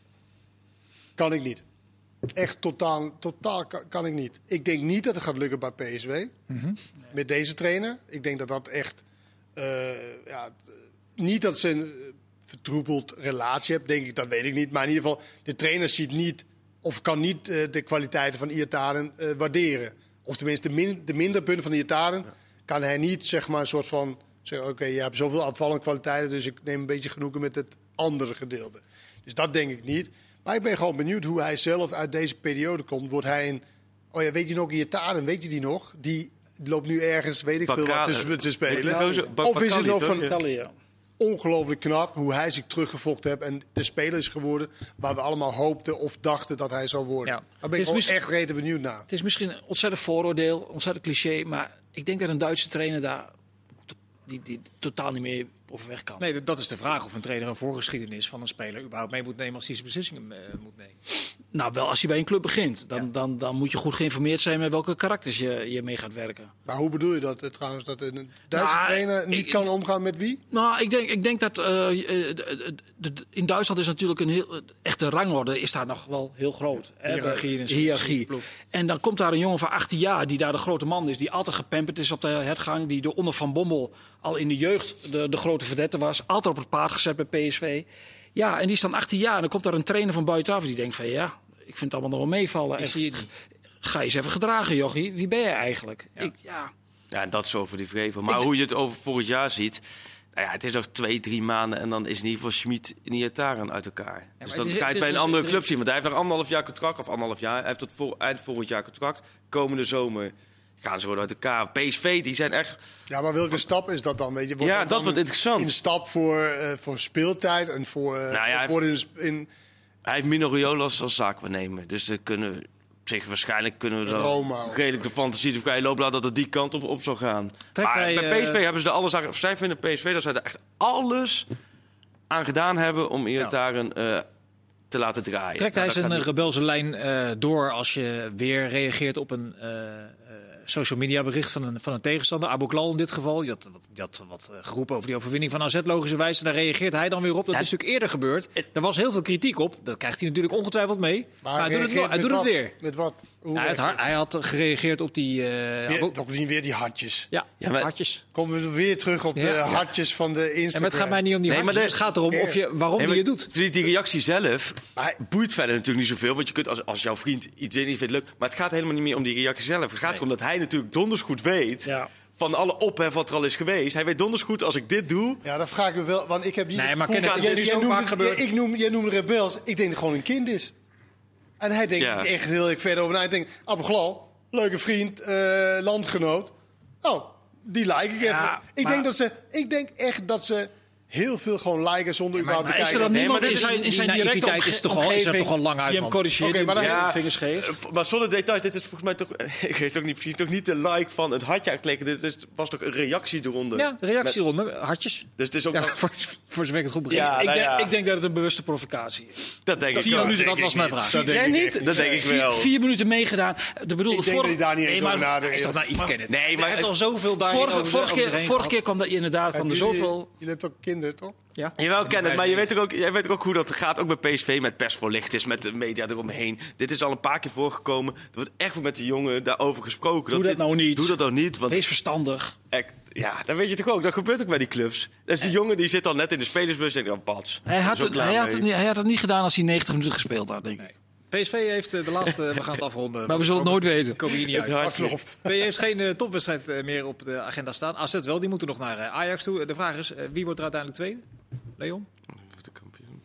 Speaker 2: Kan ik niet. Echt totaal, totaal kan, kan ik niet. Ik denk niet dat het gaat lukken bij P S V. Mm-hmm. Met deze trainer. Ik denk dat dat echt... Uh, ja, niet dat ze een vertroebeld relatie hebben, denk ik. Dat weet ik niet. Maar in ieder geval, de trainer ziet niet... of kan niet uh, de kwaliteiten van Iataren uh, waarderen. Of tenminste, de, min, de minder punten van Iataren... Ja. kan hij niet, zeg maar, een soort van... zeggen, oké, okay, je hebt zoveel afvallende kwaliteiten... dus ik neem een beetje genoegen met het andere gedeelte. Dus dat denk ik niet. Maar ik ben gewoon benieuwd hoe hij zelf uit deze periode komt. Wordt hij een... Oh ja, weet je nog Iataren, weet je die nog? Die loopt nu ergens, weet ik Bakka, veel wat, tussen te spelen. Bak, of is het nog van... Ja. Ongelooflijk knap hoe hij zich teruggefokt heeft... en de speler is geworden waar we allemaal hoopten of dachten dat hij zou worden. Ja. Daar ben ik gewoon echt reden benieuwd naar.
Speaker 4: Het is misschien een ontzettend vooroordeel, ontzettend cliché... maar ik denk dat een Duitse trainer daar... Die, die totaal niet meer overweg kan.
Speaker 1: Nee, dat is de vraag of een trainer een voorgeschiedenis van een speler überhaupt mee moet nemen als hij zijn beslissingen uh, moet nemen.
Speaker 4: Nou, wel als je bij een club begint. Dan, ja. dan, dan moet je goed geïnformeerd zijn met welke karakters je, je mee gaat werken.
Speaker 2: Maar hoe bedoel je dat uh, trouwens? Dat een Duitse nou, trainer niet ik, kan omgaan met wie?
Speaker 4: Nou, ik denk, ik denk dat uh, de, de, de, in Duitsland is natuurlijk een heel... echte rangorde is daar nog wel heel groot.
Speaker 1: Hiërarchie.
Speaker 4: Hè, hiërarchie. En dan komt daar een jongen van achttien jaar die daar de grote man is. Die altijd gepamperd is op de hertgang. Die door onder Van Bommel al in de jeugd de, de grote grote verdette was. Altijd op het paard gezet bij P S V. Ja, en die is dan achttien jaar en dan komt daar een trainer van buitenaf die denkt van ja, ik vind het allemaal nog wel meevallen.
Speaker 1: Ik zie het niet.
Speaker 4: Ga je eens even gedragen, jochie. Wie ben jij eigenlijk?
Speaker 1: Ja.
Speaker 4: Ik, ja.
Speaker 3: Ja, en dat is over die vrevel. Maar
Speaker 4: Ik
Speaker 3: hoe je het over vorig jaar ziet... Nou ja, het is nog twee, drie maanden en dan is in ieder geval Schmid en Iataren uit elkaar.
Speaker 1: Ja,
Speaker 3: dus
Speaker 1: het
Speaker 3: dan
Speaker 1: is-
Speaker 3: ga je
Speaker 1: het
Speaker 3: het bij
Speaker 1: is-
Speaker 3: een andere
Speaker 1: het
Speaker 3: club
Speaker 1: is-
Speaker 3: zien. Want hij heeft nog anderhalf jaar contract, of anderhalf jaar. Hij heeft tot voor, eind volgend jaar contract. Komende zomer gaan ze gewoon uit elkaar. P S V, die zijn echt...
Speaker 2: Ja, maar welke stap is dat dan? Weet je, wordt
Speaker 3: Ja,
Speaker 2: dan
Speaker 3: dat
Speaker 2: dan
Speaker 3: wordt interessant.
Speaker 2: Een stap voor, uh, voor speeltijd en voor... Uh,
Speaker 3: Nou ja, hij
Speaker 2: voor in, in
Speaker 3: Hij heeft Mino Raiola als zaakwaarnemer. Dus dan kunnen we... Op zich, waarschijnlijk kunnen we dan
Speaker 2: Roma.
Speaker 3: redelijk de fantasie de vrije loop laten dat het die kant op, op zou gaan.
Speaker 1: Trekt
Speaker 3: maar
Speaker 1: hij,
Speaker 3: bij P S V
Speaker 1: eh,
Speaker 3: hebben ze er alles aan... Zij vinden P S V dat zij er echt alles aan gedaan hebben om Iataren uh, te laten draaien.
Speaker 1: Trekt
Speaker 3: Nou,
Speaker 1: hij
Speaker 3: dat
Speaker 1: zijn
Speaker 3: gaat niet.
Speaker 1: rebelse lijn uh, door als je weer reageert op een uh, uh, social media bericht van een, van een tegenstander? Abu Klal in dit geval. Die had, die had wat uh, geroepen over die overwinning van A Z logischerwijs. En daar reageert hij dan weer op. Dat
Speaker 3: Ja,
Speaker 1: is natuurlijk eerder gebeurd. Er was heel veel kritiek op. Dat krijgt hij natuurlijk ongetwijfeld mee. Maar, hij doet het,
Speaker 2: reageert
Speaker 1: nog- hij
Speaker 2: met
Speaker 1: doet het
Speaker 2: wat?
Speaker 1: weer.
Speaker 2: Met wat? Hoe
Speaker 1: Ja, het,
Speaker 2: reageert
Speaker 1: har- hij had gereageerd op die... uh,
Speaker 2: Weer,
Speaker 1: Abu-
Speaker 2: toch zien weer die hartjes.
Speaker 1: ja,
Speaker 3: Ja, maar-
Speaker 1: hartjes.
Speaker 2: Komen we weer terug op de
Speaker 1: Ja. Ja.
Speaker 2: hartjes van de Instagram.
Speaker 1: En maar het gaat mij niet om die
Speaker 3: Nee,
Speaker 1: hartjes.
Speaker 3: maar
Speaker 1: Het
Speaker 3: de-
Speaker 1: gaat erom of je, waarom
Speaker 3: Nee,
Speaker 1: die
Speaker 3: maar
Speaker 1: je doet.
Speaker 3: Die, die reactie zelf
Speaker 2: Maar-
Speaker 3: boeit verder natuurlijk niet zoveel. Want je kunt als, als jouw vriend iets in niet vindt leuk. Maar het gaat helemaal niet meer om die reactie zelf. Het gaat
Speaker 1: Nee.
Speaker 3: erom dat hij natuurlijk donders goed weet...
Speaker 4: Ja.
Speaker 3: van alle ophef wat er al is geweest. Hij weet donders goed, als ik dit doe...
Speaker 2: Ja, dat vraag ik me wel. Want ik heb die.
Speaker 1: Nee, maar
Speaker 2: Hoe-
Speaker 1: Kenneth, het
Speaker 2: jij,
Speaker 1: is nu
Speaker 2: jij
Speaker 1: zo
Speaker 2: noemt
Speaker 1: vaak
Speaker 2: het-
Speaker 1: gebeurd.
Speaker 2: jij- ik noem, jij noemde rebels. Ik denk dat het gewoon een kind is. En hij denkt
Speaker 3: Ja.
Speaker 2: echt heel erg verder over na. Ik denk, Abu Glal, leuke vriend, eh, landgenoot. Oh, die like ik
Speaker 4: Ja,
Speaker 2: even. Ik
Speaker 4: maar-
Speaker 2: denk, dat ze, ik denk echt dat ze heel veel gewoon liken zonder überhaupt
Speaker 4: Maar
Speaker 2: te
Speaker 4: is er
Speaker 2: kijken.
Speaker 4: dan
Speaker 3: Nee,
Speaker 4: niemand
Speaker 3: maar
Speaker 4: in
Speaker 3: dit is-
Speaker 4: zijn, in zijn
Speaker 1: die
Speaker 4: directe
Speaker 1: naïviteit is toch al- is er
Speaker 4: omgeving
Speaker 1: toch al lang uit,
Speaker 4: die hem
Speaker 1: man.
Speaker 4: corrigeert,
Speaker 2: Oké,
Speaker 4: die
Speaker 2: maar
Speaker 4: hem
Speaker 2: dan-
Speaker 4: de
Speaker 3: Ja,
Speaker 4: vingers geeft?
Speaker 3: Eh, Maar zonder detail, dit is volgens mij toch... Ik weet ook niet precies, toch niet de like van het hartje aanklikken. Dit is, was toch een reactie eronder.
Speaker 1: Ja, de reactieronde. Hartjes.
Speaker 3: Dus het is ook
Speaker 1: Ja,
Speaker 3: nog-
Speaker 1: voor, voor zover ik het goed begreep.
Speaker 3: Ja,
Speaker 4: ik,
Speaker 3: nou
Speaker 4: denk,
Speaker 3: ja.
Speaker 4: ik denk dat het een bewuste provocatie is.
Speaker 3: Dat denk ik
Speaker 1: Vier
Speaker 3: wel.
Speaker 1: minuten,
Speaker 2: denk
Speaker 1: dat was
Speaker 2: ik
Speaker 1: mijn
Speaker 2: niet.
Speaker 1: vraag.
Speaker 2: Dat denk
Speaker 3: Jij
Speaker 2: ik
Speaker 3: niet?
Speaker 2: echt
Speaker 3: Dat denk ik
Speaker 4: Vier,
Speaker 3: wel.
Speaker 4: vier minuten meegedaan. De bedoelde
Speaker 2: Ik denk dat hij daar niet eens over
Speaker 1: Hij
Speaker 2: nadenkt.
Speaker 1: is toch naïef,
Speaker 4: Maar-
Speaker 1: Kenneth?
Speaker 3: Nee, maar
Speaker 1: hij heeft
Speaker 3: het-
Speaker 1: al zoveel daarin
Speaker 4: Vorige,
Speaker 1: over-
Speaker 4: vorige,
Speaker 1: over zich
Speaker 4: keer,
Speaker 1: heen
Speaker 4: vorige
Speaker 1: gehad.
Speaker 4: keer kwam er inderdaad kwam er
Speaker 2: Jullie-
Speaker 4: zoveel...
Speaker 2: Jullie hebben ook kinderen, toch?
Speaker 1: Ja.
Speaker 3: Jawel, ken het, maar je weet, ook, jij weet ook hoe dat gaat. Ook bij P S V met persvoorlichters, met de media eromheen. Dit is al een paar keer voorgekomen. Er wordt echt met die jongen daarover gesproken.
Speaker 4: Doe dat
Speaker 3: dit-
Speaker 4: nou niet.
Speaker 3: Doe dat nou niet, want
Speaker 4: Wees verstandig.
Speaker 3: echt, ja, dat weet je toch ook. Dat gebeurt ook bij die clubs. Dat is die jongen die zit al net in de spelersbus en denkt, oh, pats.
Speaker 4: Hij had,
Speaker 3: Is ook
Speaker 4: het,
Speaker 3: klaar
Speaker 4: hij, had
Speaker 3: mee.
Speaker 4: het niet, hij had het niet gedaan als hij negentig minuten gespeeld had, denk ik.
Speaker 1: P S V heeft eh, de laatste... We gaan het afronden.
Speaker 4: Maar we zullen het nooit weten.
Speaker 1: Komen hier niet uit.
Speaker 3: Ja,
Speaker 2: Dat klopt.
Speaker 1: P S V heeft geen eh, topwedstrijd eh, meer op de agenda staan. A Z wel, die moeten nog naar eh, Ajax toe. De vraag is, eh, wie wordt er uiteindelijk tweede? Leon?
Speaker 3: De kampioen.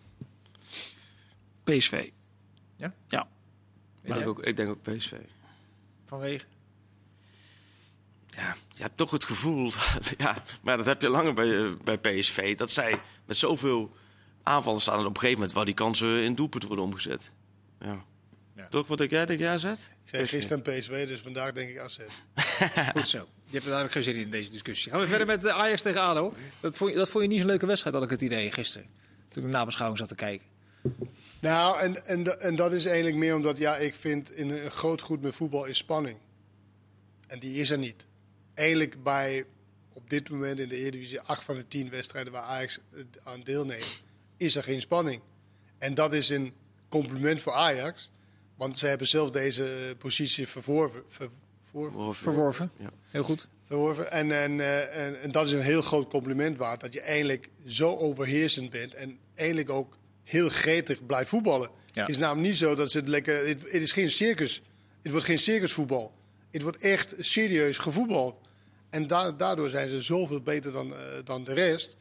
Speaker 4: P S V.
Speaker 1: Ja?
Speaker 4: Ja.
Speaker 3: Ik denk, ook, ik denk ook P S V.
Speaker 1: Vanwege?
Speaker 3: Ja, je hebt toch het gevoel, dat- ja, maar dat heb je langer bij, eh, bij P S V, dat zij met zoveel aanvallen staan en op een gegeven moment waar die kansen in doelpunt worden omgezet. Ja.
Speaker 1: Ja.
Speaker 3: Toch, wat denk jij, denk jij, Zet?
Speaker 2: Ik zei gisteren P S V, dus vandaag denk ik A Z.
Speaker 1: Goed zo. Je hebt eigenlijk geen zin in deze discussie. Gaan we verder met eh, Ajax tegen ADO. Dat vond, je, dat vond je niet zo'n leuke wedstrijd, had ik het idee, gisteren. Toen ik na beschouwing zat te kijken.
Speaker 2: Nou, en, en, en dat is eigenlijk meer omdat, ja, ik vind in een groot goed met voetbal is spanning. En die is er niet. Eigenlijk bij, op dit moment in de Eredivisie, acht van de tien wedstrijden waar Ajax eh, aan deelneemt, is er geen spanning. En dat is een compliment voor Ajax, want ze hebben zelf deze positie verworven. Ver, voor-
Speaker 1: Verworven.
Speaker 3: Ja.
Speaker 1: Heel goed.
Speaker 2: verworven. En, en, eh, en, en dat is een heel groot compliment waard, dat je eigenlijk zo overheersend bent en eigenlijk ook heel gretig blijft voetballen.
Speaker 1: Ja.
Speaker 2: Het is namelijk niet zo dat ze het lekker... Het, het is geen circus. Het wordt geen circusvoetbal. Het wordt echt serieus gevoetbald. En da- daardoor zijn ze zoveel beter dan, eh, dan de rest.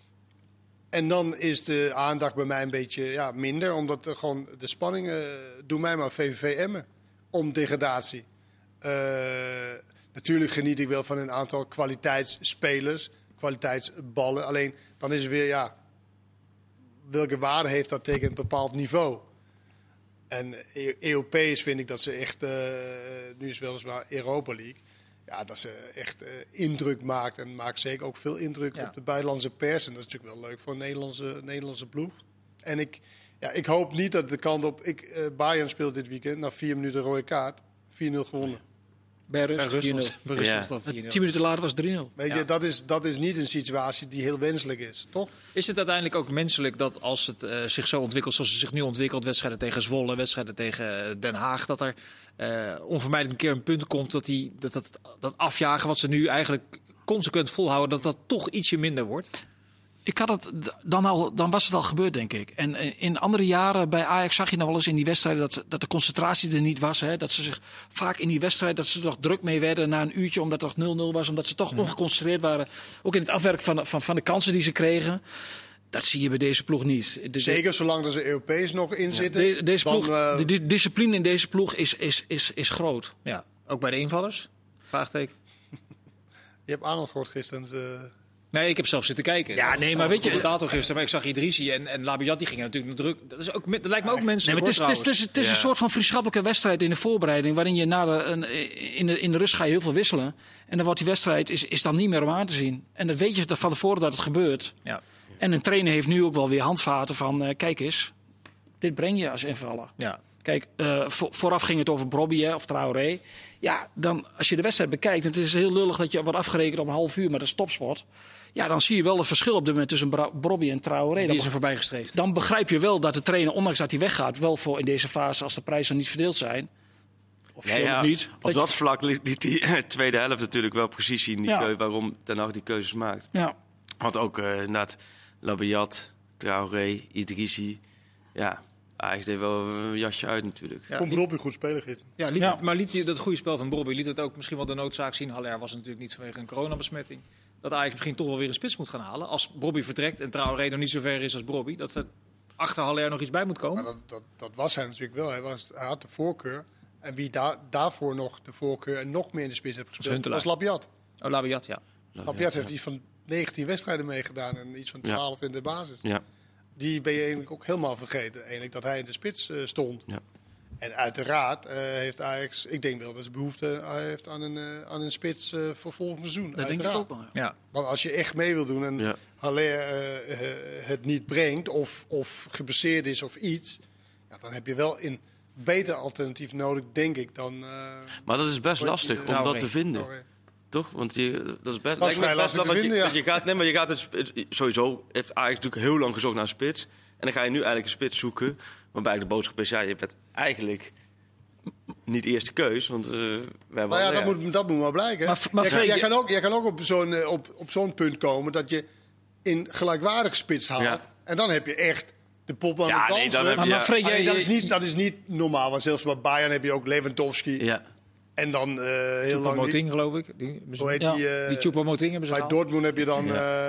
Speaker 2: En dan is de aandacht bij mij een beetje ja, minder. Omdat er gewoon de spanning... eh doe mij maar V V V Emmen om degradatie. Eh, natuurlijk geniet ik wel van een aantal kwaliteitsspelers. Kwaliteitsballen. Alleen dan is er weer... ja. Welke waarde heeft dat tegen een bepaald niveau? En E- Europees vind ik dat ze echt, uh, nu is weliswaar Europa League, ja, dat ze echt uh, indruk maakt. En maakt zeker ook veel indruk
Speaker 1: Ja.
Speaker 2: op de buitenlandse pers. En dat is natuurlijk wel leuk voor een Nederlandse, Nederlandse ploeg. En ik, ja, ik hoop niet dat de kant op... Ik, uh, Bayern speelt dit weekend, na vier minuten rode kaart, vier nul gewonnen.
Speaker 4: Bij
Speaker 1: Bij
Speaker 4: rust,
Speaker 1: Rust
Speaker 4: vier nul.
Speaker 1: was- bij Rust
Speaker 3: Ja.
Speaker 1: was het al vier nul.
Speaker 4: Tien minuten later was het drie nul.
Speaker 2: Weet
Speaker 1: Ja.
Speaker 2: je, dat is, dat is niet een situatie die heel wenselijk is, toch?
Speaker 1: Is het uiteindelijk ook menselijk dat als het eh, zich zo ontwikkelt zoals het zich nu ontwikkelt, wedstrijden tegen Zwolle, wedstrijden tegen eh, Den Haag, dat er eh, onvermijdelijk een keer een punt komt dat, die, dat, dat dat afjagen wat ze nu eigenlijk consequent volhouden, dat dat toch ietsje minder wordt?
Speaker 4: Ik had het dan al, dan was het al gebeurd, denk ik. En in andere jaren bij Ajax zag je nog wel eens in die wedstrijden dat, dat de concentratie er niet was. Hè? Dat ze zich vaak in die wedstrijd dat ze er nog druk mee werden na een uurtje, omdat het nog nul nul was, omdat ze toch mm. ongeconcentreerd waren. Ook in het afwerken van, van, van de kansen die ze kregen. Dat zie je bij deze ploeg niet. De,
Speaker 2: Zeker zolang er ze Europees nog in zitten.
Speaker 4: De, deze
Speaker 2: dan,
Speaker 4: ploeg,
Speaker 2: uh...
Speaker 4: de, de discipline in deze ploeg is, is, is, is groot.
Speaker 1: Ja, ook bij de invallers? Vraagteken.
Speaker 2: Je hebt Arnold gehoord gisteren. Ze...
Speaker 1: Nee, ik heb zelf zitten kijken.
Speaker 4: Ja, nee, maar weet je...
Speaker 1: Commentator gisteren, maar ik zag Idrissi en, en Labiat, die gingen natuurlijk druk. Dat, is ook, dat lijkt me ook mensen.
Speaker 4: Nee, maar het is, het is, het is, het is ja. een soort van vriendschappelijke wedstrijd in de voorbereiding, waarin je na de, een, in, de, in de rust ga je heel veel wisselen. En dan wordt die wedstrijd is, is dan niet meer om aan te zien. En dan weet je van tevoren dat het gebeurt.
Speaker 1: Ja.
Speaker 4: En een trainer heeft nu ook wel weer handvaten van, uh, kijk eens, dit breng je als invaller.
Speaker 1: Ja.
Speaker 4: Kijk, uh, vo- vooraf ging het over Brobby hè, of Traoré. Ja, dan als je de wedstrijd bekijkt, en het is heel lullig dat je wordt afgerekend op een half uur met een stopsport. Ja, dan zie je wel het verschil op dit moment tussen Bra- Brobby en Traoré.
Speaker 1: Die is er voorbij gestreefd.
Speaker 4: Dan begrijp je wel dat de trainer, ondanks dat hij weggaat, wel voor in deze fase, als de prijzen niet verdeeld zijn. Of
Speaker 3: ja, ja.
Speaker 4: niet.
Speaker 3: Op dat, dat vlak liet die tweede helft natuurlijk wel precies zien die
Speaker 4: Ja.
Speaker 3: keu- waarom Ten Hag die keuzes maakt.
Speaker 4: Ja.
Speaker 3: Want ook uh, inderdaad Labiat, Traoré, Idrissi. Ja, Ajax deed wel een jasje uit natuurlijk.
Speaker 2: Ja, Komt Brobby goed spelen gisteren.
Speaker 1: Ja, liet
Speaker 4: Ja.
Speaker 1: Het, maar liet hij dat goede spel van Brobby, liet het ook misschien wel de noodzaak zien. Haller was natuurlijk niet vanwege een coronabesmetting. Dat Ajax misschien toch wel weer een spits moet gaan halen. Als Brobby vertrekt en Traoré nog niet zo ver is als Brobby. Dat er achter Haller nog iets bij moet komen.
Speaker 2: Maar dat, dat, dat was hij natuurlijk wel. Hij, was, hij had de voorkeur. En wie daar, daarvoor nog de voorkeur en nog meer in de spits heeft gespeeld,
Speaker 1: Huntelaar.
Speaker 2: was Labiat.
Speaker 1: Oh, Labiat, ja.
Speaker 2: Labiat heeft iets van negentien wedstrijden meegedaan en iets van twaalf in de basis.
Speaker 3: Ja.
Speaker 2: Die ben je eigenlijk ook helemaal vergeten. Eigenlijk dat hij in de spits uh, stond.
Speaker 3: Ja.
Speaker 2: En uiteraard uh, heeft Ajax, ik denk wel dat ze behoefte uh, heeft aan een, uh, aan een spits uh, voor volgend seizoen.
Speaker 4: Dat denk ik ook wel. Ja.
Speaker 1: Ja.
Speaker 2: Want als je echt mee wil doen en
Speaker 3: Ja.
Speaker 2: Haller uh, uh, het niet brengt of, of geblesseerd is of iets, ja, dan heb je wel een beter alternatief nodig, denk ik, dan... Uh,
Speaker 3: Maar dat is best
Speaker 2: Hoe heet
Speaker 3: lastig
Speaker 2: die,
Speaker 3: om
Speaker 1: Traoré.
Speaker 3: dat te vinden.
Speaker 2: Traoré.
Speaker 3: Toch? Want je, dat is best,
Speaker 2: Dat is
Speaker 3: lijkt me
Speaker 2: vrij
Speaker 3: best
Speaker 2: lastig te
Speaker 3: want je-
Speaker 2: vinden, ja.
Speaker 3: want je gaat, nee, maar je gaat het, het- sowieso heeft Ajax natuurlijk heel lang gezocht naar een spits. En dan ga je nu eigenlijk een spits zoeken. Waarbij eigenlijk de boodschap is, ja, je bent eigenlijk niet eerste keus. Want uh, we hebben
Speaker 2: Maar ja,
Speaker 3: al-
Speaker 2: dat moet, dat moet maar blijken.
Speaker 4: Maar- maar
Speaker 2: jij,
Speaker 4: Freek,
Speaker 2: jij
Speaker 4: je-
Speaker 2: kan ook, jij kan ook op zo'n eh, op, op zo'n punt komen dat je in gelijkwaardig spits haalt.
Speaker 3: Ja.
Speaker 2: En dan heb je echt de pop aan
Speaker 3: Ja,
Speaker 2: het
Speaker 3: nee,
Speaker 2: dansen.
Speaker 3: dan heb je-
Speaker 4: Maar, maar
Speaker 3: Ja.
Speaker 4: Freek,
Speaker 2: Alleen,
Speaker 4: jij-
Speaker 2: dat, is niet, dat is niet normaal. Want zelfs bij Bayern heb je ook Lewandowski.
Speaker 3: Ja.
Speaker 2: En dan uh, heel lang... Die,
Speaker 1: Choupo-Moting, geloof ik. Die,
Speaker 2: hoe heet
Speaker 4: Ja.
Speaker 2: die? uh,
Speaker 1: die Choupo-Moting hebben ze
Speaker 2: bij
Speaker 1: gehaald.
Speaker 2: Dortmund heb je dan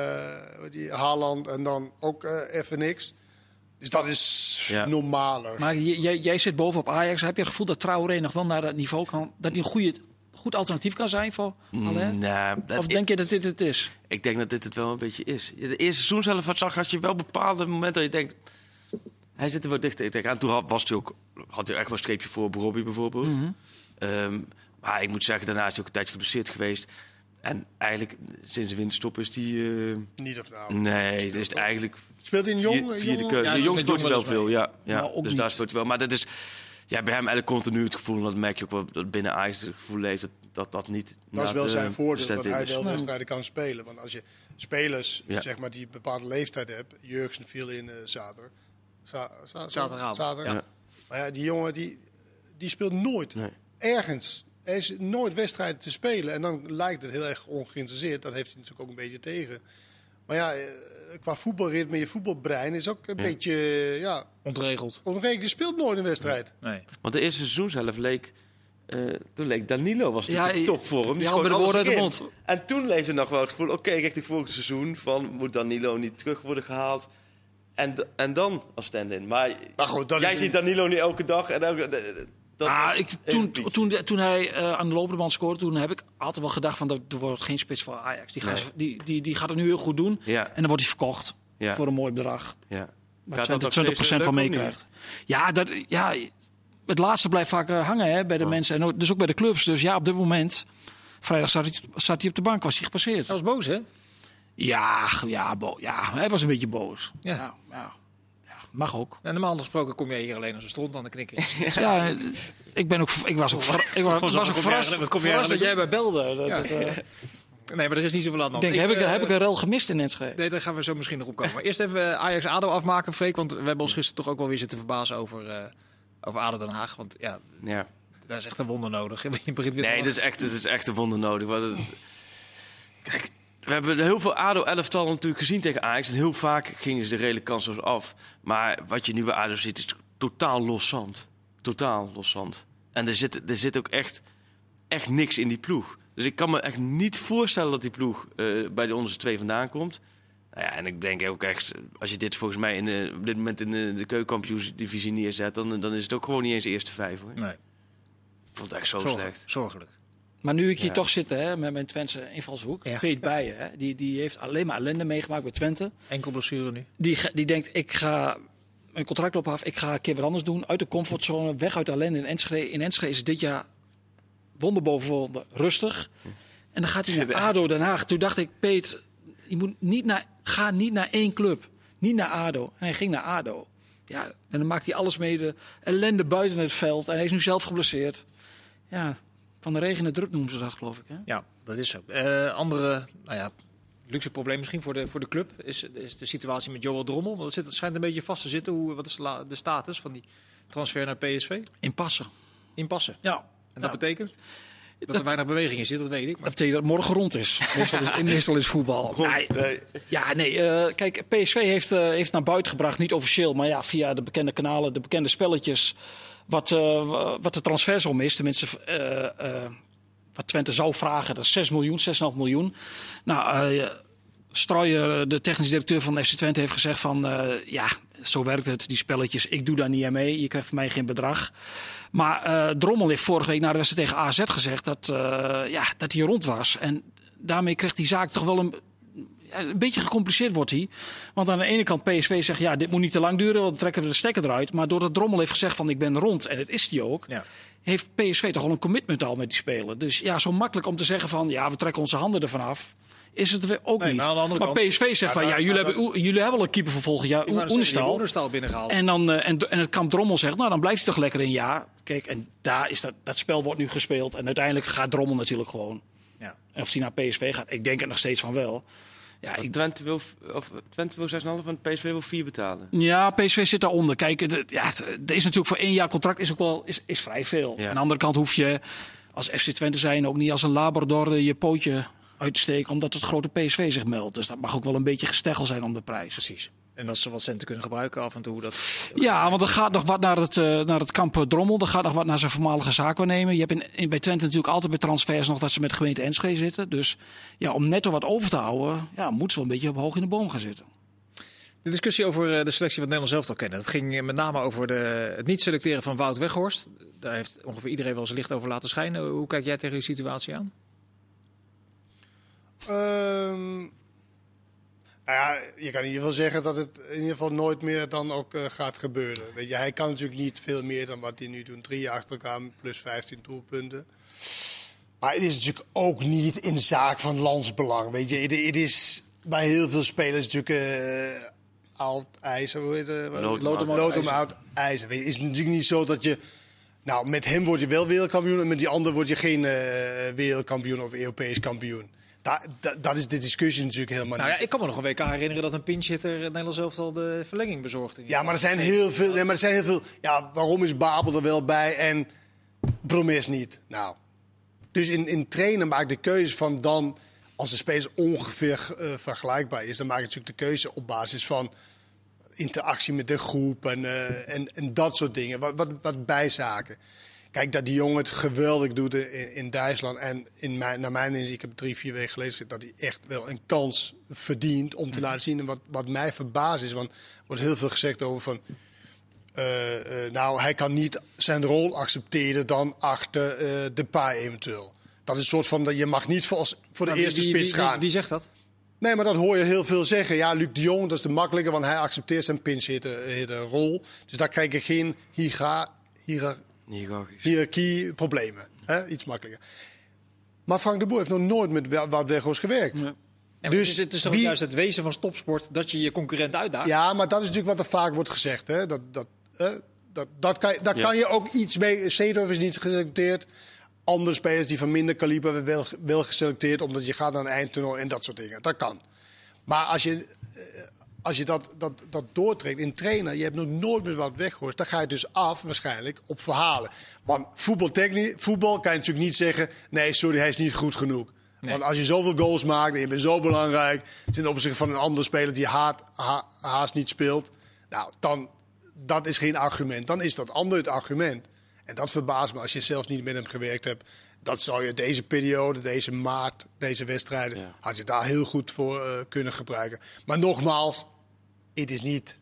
Speaker 2: uh, die Haaland en dan ook uh, even niks. Dus dat is
Speaker 3: Ja.
Speaker 2: normaler.
Speaker 4: Maar j- jij, jij zit bovenop Ajax. Heb je het gevoel dat Traoré nog wel naar dat niveau kan? Dat hij een goede, goed alternatief kan zijn voor Haller?
Speaker 3: Nou, dat-
Speaker 4: Of denk je dat dit het is?
Speaker 3: Ik denk dat dit het wel een beetje is. De eerste seizoen zelf wat zag, had je wel bepaalde momenten dat je denkt... Hij zit er wel dichter tegenaan. Toen had, was hij ook, had hij echt wel een streepje voor Brobby bijvoorbeeld.
Speaker 4: Mm-hmm.
Speaker 3: Um, maar ik moet zeggen, daarna is hij ook een tijdje geblesseerd geweest. En eigenlijk, sinds de winterstop is die... Uh,
Speaker 2: Niet of nou.
Speaker 3: nee, dat is het eigenlijk...
Speaker 2: Speelt hij een jong?
Speaker 3: vier- vierde
Speaker 2: jong-
Speaker 3: keuze.
Speaker 1: Ja,
Speaker 3: de jong
Speaker 1: met
Speaker 3: speelt
Speaker 1: Jong
Speaker 3: hij wel
Speaker 1: wel eens
Speaker 3: veel, ja. ja.
Speaker 4: Maar ook
Speaker 3: Dus
Speaker 4: niet.
Speaker 3: daar speelt hij wel. Maar dat is ja, bij hem eigenlijk continu het gevoel... en dat merk je ook wel dat binnen Ajax het gevoel heeft... dat dat, dat niet...
Speaker 2: Dat is wel zijn voordeel,
Speaker 3: bestemd
Speaker 2: dat hij
Speaker 3: is.
Speaker 2: wel
Speaker 4: Nou.
Speaker 2: wedstrijden kan spelen. Want als je spelers
Speaker 3: Ja.
Speaker 2: zeg maar, die een bepaalde leeftijd hebben... Jurgensen viel in uh, zaterdag. Za- za-
Speaker 1: Zaterdagavond.
Speaker 2: zaterdag.
Speaker 3: Ja.
Speaker 2: Maar ja, die jongen die, die speelt nooit
Speaker 3: Nee.
Speaker 2: ergens. Er is nooit wedstrijden te spelen. En dan lijkt het heel erg ongeïnteresseerd. Dat heeft hij natuurlijk ook een beetje tegen. Maar ja, eh, qua voetbalritme, je voetbalbrein is ook een
Speaker 3: Ja.
Speaker 2: beetje uh, ja,
Speaker 1: Ontregeld.
Speaker 2: onregeld. Je speelt nooit een wedstrijd.
Speaker 1: Nee.
Speaker 3: Want de eerste seizoen zelf leek... Uh, toen leek Danilo was natuurlijk
Speaker 4: Ja,
Speaker 3: in topvorm. Die
Speaker 4: ja,
Speaker 3: schoot
Speaker 4: bij de
Speaker 3: alles
Speaker 4: woorden uit de
Speaker 3: erin.
Speaker 4: mond.
Speaker 3: En toen leefde nog wel het gevoel... Oké, richting volgend seizoen... van moet Danilo niet terug worden gehaald... En, d- en dan als stand-in. Maar,
Speaker 2: Maar goed, dat
Speaker 3: jij
Speaker 2: is
Speaker 3: ziet Danilo niet elke dag. En elke, d- d- dat
Speaker 4: Ah,
Speaker 3: was
Speaker 4: ik,
Speaker 3: even
Speaker 4: toen,
Speaker 3: piek.
Speaker 4: toen, toen hij uh, aan de lopende band scoorde, toen heb ik altijd wel gedacht van dat er wordt geen spits voor Ajax. Die, gaan
Speaker 3: Nee.
Speaker 4: ze- die, die, die gaat het nu heel goed doen.
Speaker 3: Ja,
Speaker 4: En dan wordt hij verkocht
Speaker 3: ja,
Speaker 4: voor een mooi bedrag.
Speaker 3: ja.
Speaker 4: Waar
Speaker 3: Gaat
Speaker 4: je
Speaker 3: dat nog
Speaker 4: twintig procent
Speaker 3: steeds
Speaker 4: van
Speaker 3: lukken of
Speaker 4: meekrijgt. Ja, dat, ja, het laatste blijft vaak uh, hangen hè, bij de
Speaker 3: Oh.
Speaker 4: mensen. En ook- dus ook bij de clubs. Dus ja, op dit moment, vrijdag zat hij, zat hij op de bank, was hij gepasseerd.
Speaker 1: Hij was boos, hè?
Speaker 4: Ja, ja, bo- ja, hij was een beetje boos.
Speaker 1: Ja.
Speaker 4: Ja, ja, ja, mag ook.
Speaker 1: En normaal gesproken kom jij hier alleen als een stront aan de knikken.
Speaker 4: Ja, ik, ben ook, ik was ook, ver, ik was,
Speaker 1: Wat
Speaker 4: was ook
Speaker 1: kom je
Speaker 4: verrast,
Speaker 1: eigenlijk- wat kom je
Speaker 4: verrast dat
Speaker 1: eigenlijk
Speaker 4: jij mij belde. Dat,
Speaker 1: Ja.
Speaker 4: het, uh,
Speaker 1: Nee, maar er is niet zoveel aan de
Speaker 4: ik
Speaker 1: hand.
Speaker 4: denk, heb, ik,
Speaker 1: eh,
Speaker 4: heb ik een rel gemist in Enschede?
Speaker 1: Nee, daar gaan we zo misschien nog op komen. Maar eerst even uh, Ajax-ADO afmaken, Freek. Want we hebben ons gisteren toch ook wel weer zitten verbazen over, uh, over ADO Den Haag. Want ja,
Speaker 3: Ja.
Speaker 1: daar is echt een wonder nodig. Je begint weer
Speaker 3: Nee,
Speaker 1: te
Speaker 3: dat is echt, dat is echt een wonder nodig. Wat het... Kijk, we hebben heel veel A D O-elftallen natuurlijk gezien tegen Ajax. En heel vaak gingen ze de redelijk kansloos af. Maar wat je nu bij A D O ziet, is totaal los zand. Totaal los zand. En er zit, er zit ook echt, echt niks in die ploeg. Dus ik kan me echt niet voorstellen dat die ploeg uh, bij de onderste twee vandaan komt. Nou ja, en ik denk ook echt, als je dit volgens mij in de, op dit moment in de, de keukenkampioensdivisie neerzet, dan, dan is het ook gewoon niet eens de eerste vijf, hoor.
Speaker 1: Nee.
Speaker 3: Ik vond het echt zo
Speaker 1: Zorg,
Speaker 3: slecht.
Speaker 1: Zorgelijk.
Speaker 4: Maar nu ik hier
Speaker 3: Ja.
Speaker 4: toch zit hè, met mijn Twentse invalshoek,
Speaker 1: Ja.
Speaker 4: Peet Bijen, hè, die, die heeft alleen maar ellende meegemaakt bij Twente.
Speaker 1: Enkel blessure nu.
Speaker 4: Die, ga- die denkt, ik ga mijn contract lopen af, ik ga een keer wat anders doen. Uit de comfortzone, weg uit de ellende in Enschede. In Enschede is het dit jaar wonder boven wonder rustig. En dan gaat hij naar A D O Den Haag. Toen dacht ik, Peet, je moet niet naar, ga niet naar één club. Niet naar A D O. En hij ging naar A D O. Ja, en dan maakt hij alles mee, de ellende buiten het veld. En hij is nu zelf geblesseerd. Ja, van de regen in de druk noemen ze dat, geloof ik. Hè?
Speaker 1: Ja, dat is zo. Uh, andere, nou ja, luxe probleem misschien voor de, voor de club is, is de situatie met Joel Drommel. Want het, zit, het schijnt een beetje vast te zitten. Hoe, wat is de, la, de status van die transfer naar P S V?
Speaker 4: In passen.
Speaker 1: In passen.
Speaker 4: Ja.
Speaker 1: En dat
Speaker 4: ja.
Speaker 1: betekent? Dat,
Speaker 4: Dat-
Speaker 1: er weinig beweging in zit, dat weet ik.
Speaker 4: Dat
Speaker 1: Maar
Speaker 4: betekent dat het morgen rond is. Meestal is, meestal is voetbal. Nee,
Speaker 3: Nee.
Speaker 4: ja, nee. eh, kijk, P S V heeft, eh, heeft naar buiten gebracht, niet officieel, maar ja, via de bekende kanalen, de bekende spelletjes, wat, eh, wa- wat de transfersom is. Tenminste, eh, eh, wat Twente zou vragen, dat is zes miljoen, zes komma vijf miljoen. Nou, uh, Strooijer, de technisch directeur van F C Twente, heeft gezegd van, uh, ja, zo werkt het, die spelletjes. Ik doe daar niet aan mee, je krijgt van mij geen bedrag. Maar uh, Drommel heeft vorige week na de wedstrijd tegen A Z gezegd dat, uh, ja, dat hij rond was. En daarmee kreeg die zaak toch wel een, ja, een beetje gecompliceerd wordt hij. Want aan de ene kant P S V zegt, ja, dit moet niet te lang duren, want dan trekken we de stekker eruit. Maar doordat Drommel heeft gezegd van, ik ben rond, en dat is hij ook,
Speaker 1: ja.
Speaker 4: heeft P S V toch al een commitment al met die speler. Dus ja, zo makkelijk om te zeggen van, ja, we trekken onze handen ervan af, is het weer ook
Speaker 1: Nee,
Speaker 4: niet.
Speaker 1: maar aan de andere
Speaker 4: Maar
Speaker 1: kant-
Speaker 4: P S V zegt
Speaker 1: Ja,
Speaker 4: van,
Speaker 1: maar-
Speaker 4: ja, jullie,
Speaker 1: maar-
Speaker 4: hebben, oe- jullie hebben al een keeper voor volgend jaar,
Speaker 1: Ik wou net zeggen, die
Speaker 4: Oenestal.
Speaker 1: Oenestal binnengehaald.
Speaker 4: En, dan, uh, en, en het kamp Drommel zegt, nou dan blijft hij toch lekker een jaar. Kijk, en daar is dat, dat spel wordt nu gespeeld. En uiteindelijk gaat Drommel natuurlijk gewoon.
Speaker 1: Ja.
Speaker 4: En of hij naar P S V gaat, ik denk er nog steeds van wel. Ja, ik,
Speaker 3: Twente wil, of, Twente wil zes komma vijf en P S V wil vier betalen.
Speaker 4: ja, P S V zit daaronder. Kijk, het, ja, het, er is natuurlijk voor één jaar contract is ook wel is, is vrij veel.
Speaker 3: Ja.
Speaker 4: Aan de andere kant hoef je als F C Twente zijn ook niet als een Labrador je pootje uit te steken, omdat het grote P S V zich meldt. Dus dat mag ook wel een beetje gesteggel zijn om de prijs.
Speaker 1: Precies. En dat ze wat centen kunnen gebruiken af en toe. Dat,
Speaker 4: Ja, want er gaat nog wat naar het, uh, naar het kamp Drommel. Er gaat nog wat naar zijn voormalige zaakwaarnemer. Je hebt in, in, bij Twente natuurlijk altijd bij transfers nog dat ze met de gemeente Enschede zitten. Dus ja, om netto wat over te houden, ja, moet ze wel een beetje op hoog in de boom gaan zitten.
Speaker 1: De discussie over uh, de selectie van Nederland zelf al kennen. Dat ging uh, met name over de, het niet selecteren van Wout Weghorst. Daar heeft ongeveer iedereen wel zijn licht over laten schijnen. Hoe kijk jij tegen die situatie aan?
Speaker 2: Um, nou ja, je kan in ieder geval zeggen dat het in ieder geval nooit meer dan ook uh, gaat gebeuren. Weet je, hij kan natuurlijk niet veel meer dan wat hij nu doet. Drie jaar achter elkaar plus vijftien doelpunten. Maar het is natuurlijk ook niet in de zaak van landsbelang. Weet je, het, het is bij heel veel spelers natuurlijk uh, oud ijzer. Hoe heet het? Lood om oud ijzer. Weet je, het is natuurlijk niet zo dat je... Nou, met hem word je wel wereldkampioen en met die ander word je geen uh, wereldkampioen of Europees kampioen. Da, da, dat is de discussie natuurlijk helemaal
Speaker 1: nou
Speaker 2: niet.
Speaker 1: Ja, ik kan me nog een W K herinneren dat een pinchhitter het Nederlands elftal de verlenging bezorgde.
Speaker 2: Ja, maar er zijn heel veel. Nee, maar er zijn heel veel. Ja, waarom is Babel er wel bij en Promes niet? Nou, dus in, in trainen maak ik de keuze van dan, als de spelers ongeveer uh, vergelijkbaar is, dan maak ik natuurlijk de keuze op basis van interactie met de groep en, uh, en, en dat soort dingen. Wat, wat, wat bijzaken. Kijk, dat die jongen het geweldig doet in, in Duitsland. En in mijn, naar mijn inzicht, ik heb drie, vier weken gelezen, dat hij echt wel een kans verdient om te laten zien. En wat, wat mij verbaast is, want er wordt heel veel gezegd over van... Uh, uh, nou, hij kan niet zijn rol accepteren dan achter uh, Depay eventueel. Dat is een soort van, dat je mag niet voor, als, voor de
Speaker 1: wie,
Speaker 2: eerste
Speaker 1: wie,
Speaker 2: spits
Speaker 1: wie,
Speaker 2: gaan.
Speaker 1: Wie, wie zegt dat?
Speaker 2: Nee, maar dat hoor je heel veel zeggen. Ja, Luc de Jong, dat is de makkelijke, want hij accepteert zijn pinch-hitter rol. Dus daar krijg je geen higa, higa, hiërarchie-problemen. Hè? Iets makkelijker. Maar Frank de Boer heeft nog nooit met Wout Weghorst gewerkt.
Speaker 4: Nee.
Speaker 1: Ja,
Speaker 2: dus
Speaker 1: het is, het is toch
Speaker 2: wie...
Speaker 1: juist het wezen van topsport dat je je concurrent uitdaagt?
Speaker 2: Ja, maar dat is natuurlijk wat er vaak wordt gezegd. Hè? Dat, dat, hè? dat, dat kan, daar
Speaker 3: ja.
Speaker 2: kan je ook iets mee. Seedorf is niet geselecteerd. Andere spelers die van minder kaliber hebben wel, wel geselecteerd, omdat je gaat naar een eindtoernooi en dat soort dingen. Dat kan. Maar als je, als je dat, dat, dat doortrekt in trainen, je hebt nog nooit meer wat Weghorst, dan ga je dus af waarschijnlijk op verhalen. Want voetbaltechnisch, voetbal kan je natuurlijk niet zeggen, nee, sorry, hij is niet goed genoeg. Nee. Want als je zoveel goals maakt en je bent zo belangrijk ten opzichte van een andere speler die haat, ha, haast niet speelt, nou, dan dat is geen argument. Dan is dat ander het argument. En dat verbaast me als je zelfs niet met hem gewerkt hebt. Dat zou je deze periode, deze maart, deze wedstrijden, ja. had je daar heel goed voor uh, kunnen gebruiken. Maar nogmaals, het is niet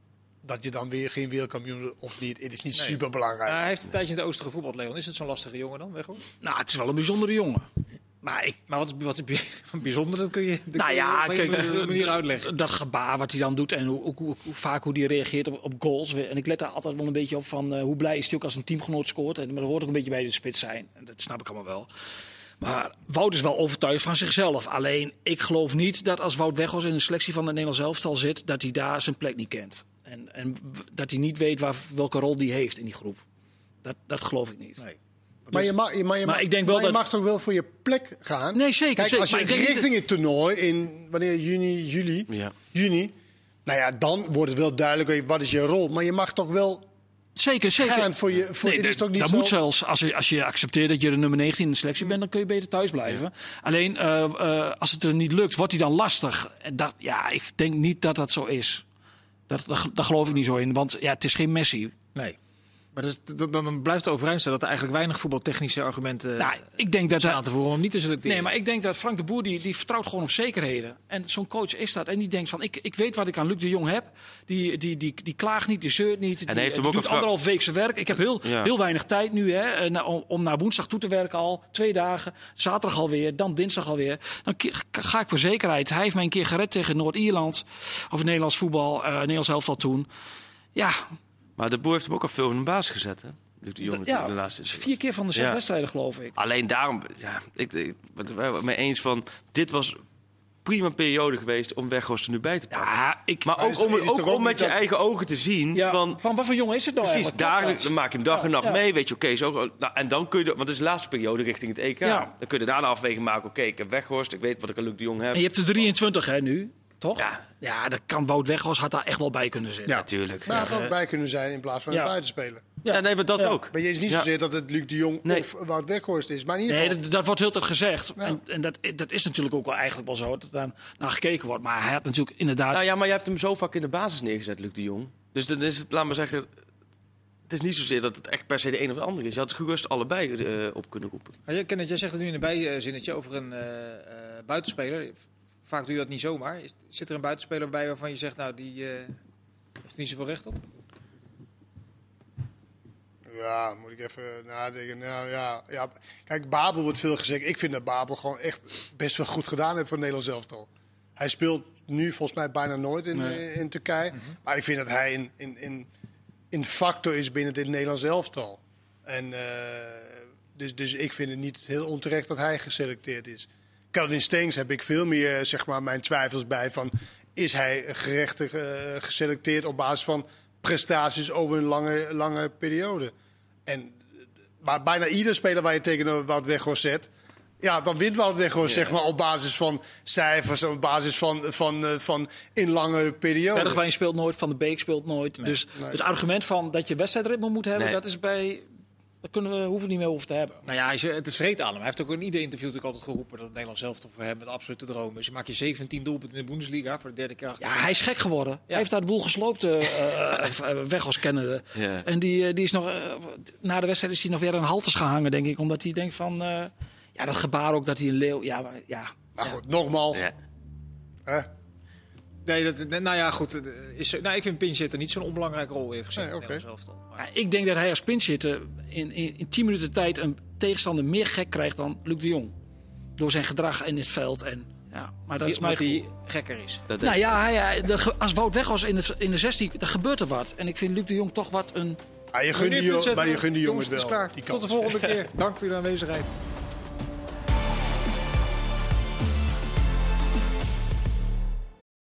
Speaker 2: dat je dan weer geen wereldkampioen of niet. Het is niet nee. super belangrijk.
Speaker 1: Uh, hij heeft een tijdje in de Oosten gevoetbald, Leon. Is het zo'n lastige jongen dan, Weghorst?
Speaker 4: Nou, het is wel een bijzondere jongen.
Speaker 1: Maar, ik, maar wat, wat is bijzonder, dat kun je, dat
Speaker 4: nou
Speaker 1: kun je
Speaker 4: ja,
Speaker 1: op
Speaker 4: kijk,
Speaker 1: een manier uitleggen.
Speaker 4: Dat gebaar wat hij dan doet en hoe, hoe, hoe, hoe vaak hoe hij reageert op, op goals. En ik let daar altijd wel een beetje op van uh, hoe blij is hij ook als een teamgenoot scoort. En, maar dat hoort ook een beetje bij de spits zijn. En dat snap ik allemaal wel. Maar Wout is wel overtuigd van zichzelf. Alleen, ik geloof niet dat als Wout Weghorst in de selectie van het Nederlands elftal zit, dat hij daar zijn plek niet kent. En, en dat hij niet weet waar, welke rol hij heeft in die groep. Dat, dat geloof ik niet. Nee.
Speaker 2: Maar, je mag, maar, je
Speaker 4: maar
Speaker 2: mag,
Speaker 4: ik denk wel
Speaker 2: maar je
Speaker 4: dat...
Speaker 2: mag toch wel voor je plek gaan?
Speaker 4: Nee, zeker.
Speaker 2: Kijk,
Speaker 4: zeker.
Speaker 2: als je
Speaker 4: maar
Speaker 2: richting
Speaker 4: dat...
Speaker 2: het toernooi in wanneer juni, juli,
Speaker 3: ja.
Speaker 2: juni, nou ja, dan wordt het wel duidelijk wat is je rol. Maar je mag toch wel
Speaker 4: zeker, zeker.
Speaker 2: gaan voor je. Voor,
Speaker 4: nee,
Speaker 2: het is toch niet
Speaker 4: dat
Speaker 2: zo...
Speaker 4: moet zelfs. Als je, als je accepteert dat je de nummer negentien in de selectie bent, dan kun je beter thuis blijven. Ja. Alleen uh, uh, als het er niet lukt, wordt hij dan lastig. En dat, ja, ik denk niet dat dat zo is. Dat, dat, daar geloof ik niet zo in, want ja, het is geen Messi.
Speaker 1: Nee. Maar dus, dan, dan blijft het overeind staan dat er eigenlijk weinig voetbaltechnische argumenten
Speaker 4: nou, ik denk dat
Speaker 1: zijn aan te voeren om hem niet te selecteren.
Speaker 4: Nee, maar ik denk dat Frank de Boer die, die vertrouwt gewoon op zekerheden. En zo'n coach is dat. En die denkt van, ik, ik weet wat ik aan Luc de Jong heb. Die, die, die, die klaagt niet, die zeurt niet.
Speaker 3: En
Speaker 4: die,
Speaker 3: heeft hem
Speaker 4: die
Speaker 3: ook
Speaker 4: doet
Speaker 3: een
Speaker 4: anderhalf week zijn werk. Ik heb heel,
Speaker 3: ja.
Speaker 4: heel weinig tijd nu hè, om, om naar woensdag toe te werken al. Twee dagen. Zaterdag alweer. Dan dinsdag alweer. Dan ga ik voor zekerheid. Hij heeft mij een keer gered tegen Noord-Ierland. Of Nederlands voetbal. Uh, Nederlands elftal toen. Ja.
Speaker 3: Maar de Boer heeft hem ook al veel in een baas gezet, hè? Luc de Jong
Speaker 4: ja,
Speaker 3: de laatste
Speaker 4: vier keer van de zes ja. wedstrijden, geloof ik.
Speaker 3: Alleen daarom, ja, ik, ik ben het mee eens van, dit was prima periode geweest om Weghorst er nu bij te pakken.
Speaker 4: Ja, ik,
Speaker 3: maar ook om, ook om met je dat... eigen ogen te zien.
Speaker 4: Ja,
Speaker 3: van,
Speaker 4: van wat voor jongen is het nou
Speaker 3: precies,
Speaker 4: eigenlijk?
Speaker 3: Precies, dan maak je hem dag ja, en nacht ja. mee. Weet je, oké, okay, zo. Nou, en dan kun je, want het is de laatste periode richting het E K. Ja. Dan kun je daarna afweging maken, oké, okay, ik heb Weghorst, ik weet wat ik aan Luc de Jong heb.
Speaker 4: En je hebt er drieëntwintig hè, nu. Toch?
Speaker 3: Ja.
Speaker 4: Ja, dat kan Wout Weghorst had daar echt wel bij kunnen zitten.
Speaker 2: Ja,
Speaker 3: natuurlijk.
Speaker 2: Maar
Speaker 3: ja.
Speaker 2: had er ook bij kunnen zijn in plaats van ja. een buitenspeler.
Speaker 3: Ja. ja, nee, maar dat
Speaker 4: ja.
Speaker 3: ook.
Speaker 2: Maar je is niet
Speaker 3: ja.
Speaker 2: zozeer dat het Luc de Jong nee. of Wout Weghorst is. Maar in ieder geval...
Speaker 4: Nee, dat, dat wordt heel tijd gezegd.
Speaker 2: Ja.
Speaker 4: En, en dat, dat is natuurlijk ook wel eigenlijk wel zo. Dat er dan naar gekeken wordt. Maar hij had natuurlijk inderdaad...
Speaker 3: Nou ja, maar je hebt hem zo vaak in de basis neergezet, Luc de Jong. Dus dan is het, laat maar zeggen... Het is niet zozeer dat het echt per se de een of de ander is. Je had het gerust allebei uh, op kunnen roepen.
Speaker 1: Maar Kenneth, jij zegt het nu in een bijzinnetje over een uh, uh, buitenspeler. Vaak doe je dat niet zomaar. Is, zit er een buitenspeler bij waarvan je zegt, nou, die uh, heeft er niet zoveel recht op?
Speaker 2: Ja, moet ik even nadenken. Nou, ja, ja. Kijk, Babel wordt veel gezegd. Ik vind dat Babel gewoon echt best wel goed gedaan heeft voor het Nederlands elftal. Hij speelt nu volgens mij bijna nooit in, nee. in Turkije. Mm-hmm. Maar ik vind dat hij in, in, in, in factor is binnen dit Nederlands elftal. En, uh, dus, dus ik vind het niet heel onterecht dat hij geselecteerd is. Calvin Stengs heb ik veel meer zeg maar, mijn twijfels bij van... is hij gerechtig uh, geselecteerd op basis van prestaties over een lange, lange periode? En, maar bijna ieder speler waar je tegen Wout Weghorst zet... ja, dan wint Wout Weghorst ja. zeg maar, op basis van cijfers... op basis van, van, uh, van in lange periode.
Speaker 4: Bergwijn speelt nooit, Van de Beek speelt nooit. Nee. Dus nee. het argument van dat je wedstrijdritme moet hebben... Nee. dat is bij... Daar kunnen we, hoeven we niet meer over te hebben.
Speaker 1: Nou ja, hij is, het is vreed aan hem. Hij heeft ook in ieder interview natuurlijk altijd geroepen dat het Nederlands elftal voor hem het absolute droom is. Je maakt je zeventien doelpunten in de Bundesliga voor de derde keer achter.
Speaker 4: Ja, hij is gek geworden. Ja. Hij heeft daar de boel gesloopt, uh, uh, weg als kennende. Yeah. En die, die is nog, uh, na de wedstrijd is hij nog weer aan halters gaan hangen, denk ik. Omdat hij denkt van, uh, ja, dat gebaar ook dat hij een leeuw... Ja, maar, ja.
Speaker 2: maar goed, ja. nogmaals. Ja. Eh?
Speaker 1: Nee, dat, nou ja, goed. Is, nou, ik vind pinchitter niet zo'n onbelangrijke rol eerlijk gezegd.
Speaker 2: Nee, okay.
Speaker 4: Ja, ik denk dat hij als pinchitter in, in, in tien minuten tijd een tegenstander meer gek krijgt dan Luc de Jong. Door zijn gedrag in het veld. En, ja, maar dat
Speaker 1: die,
Speaker 4: is mijn
Speaker 1: die gekker is.
Speaker 4: Dat nou ja, hij, de, als Wout Weghorst in de, in de zestien, dan gebeurt er wat. En ik vind Luc de Jong toch wat een...
Speaker 2: Ah, je gunt die, maar je gunt die jongens wel.
Speaker 1: Tot de volgende keer. Dank voor jullie aanwezigheid.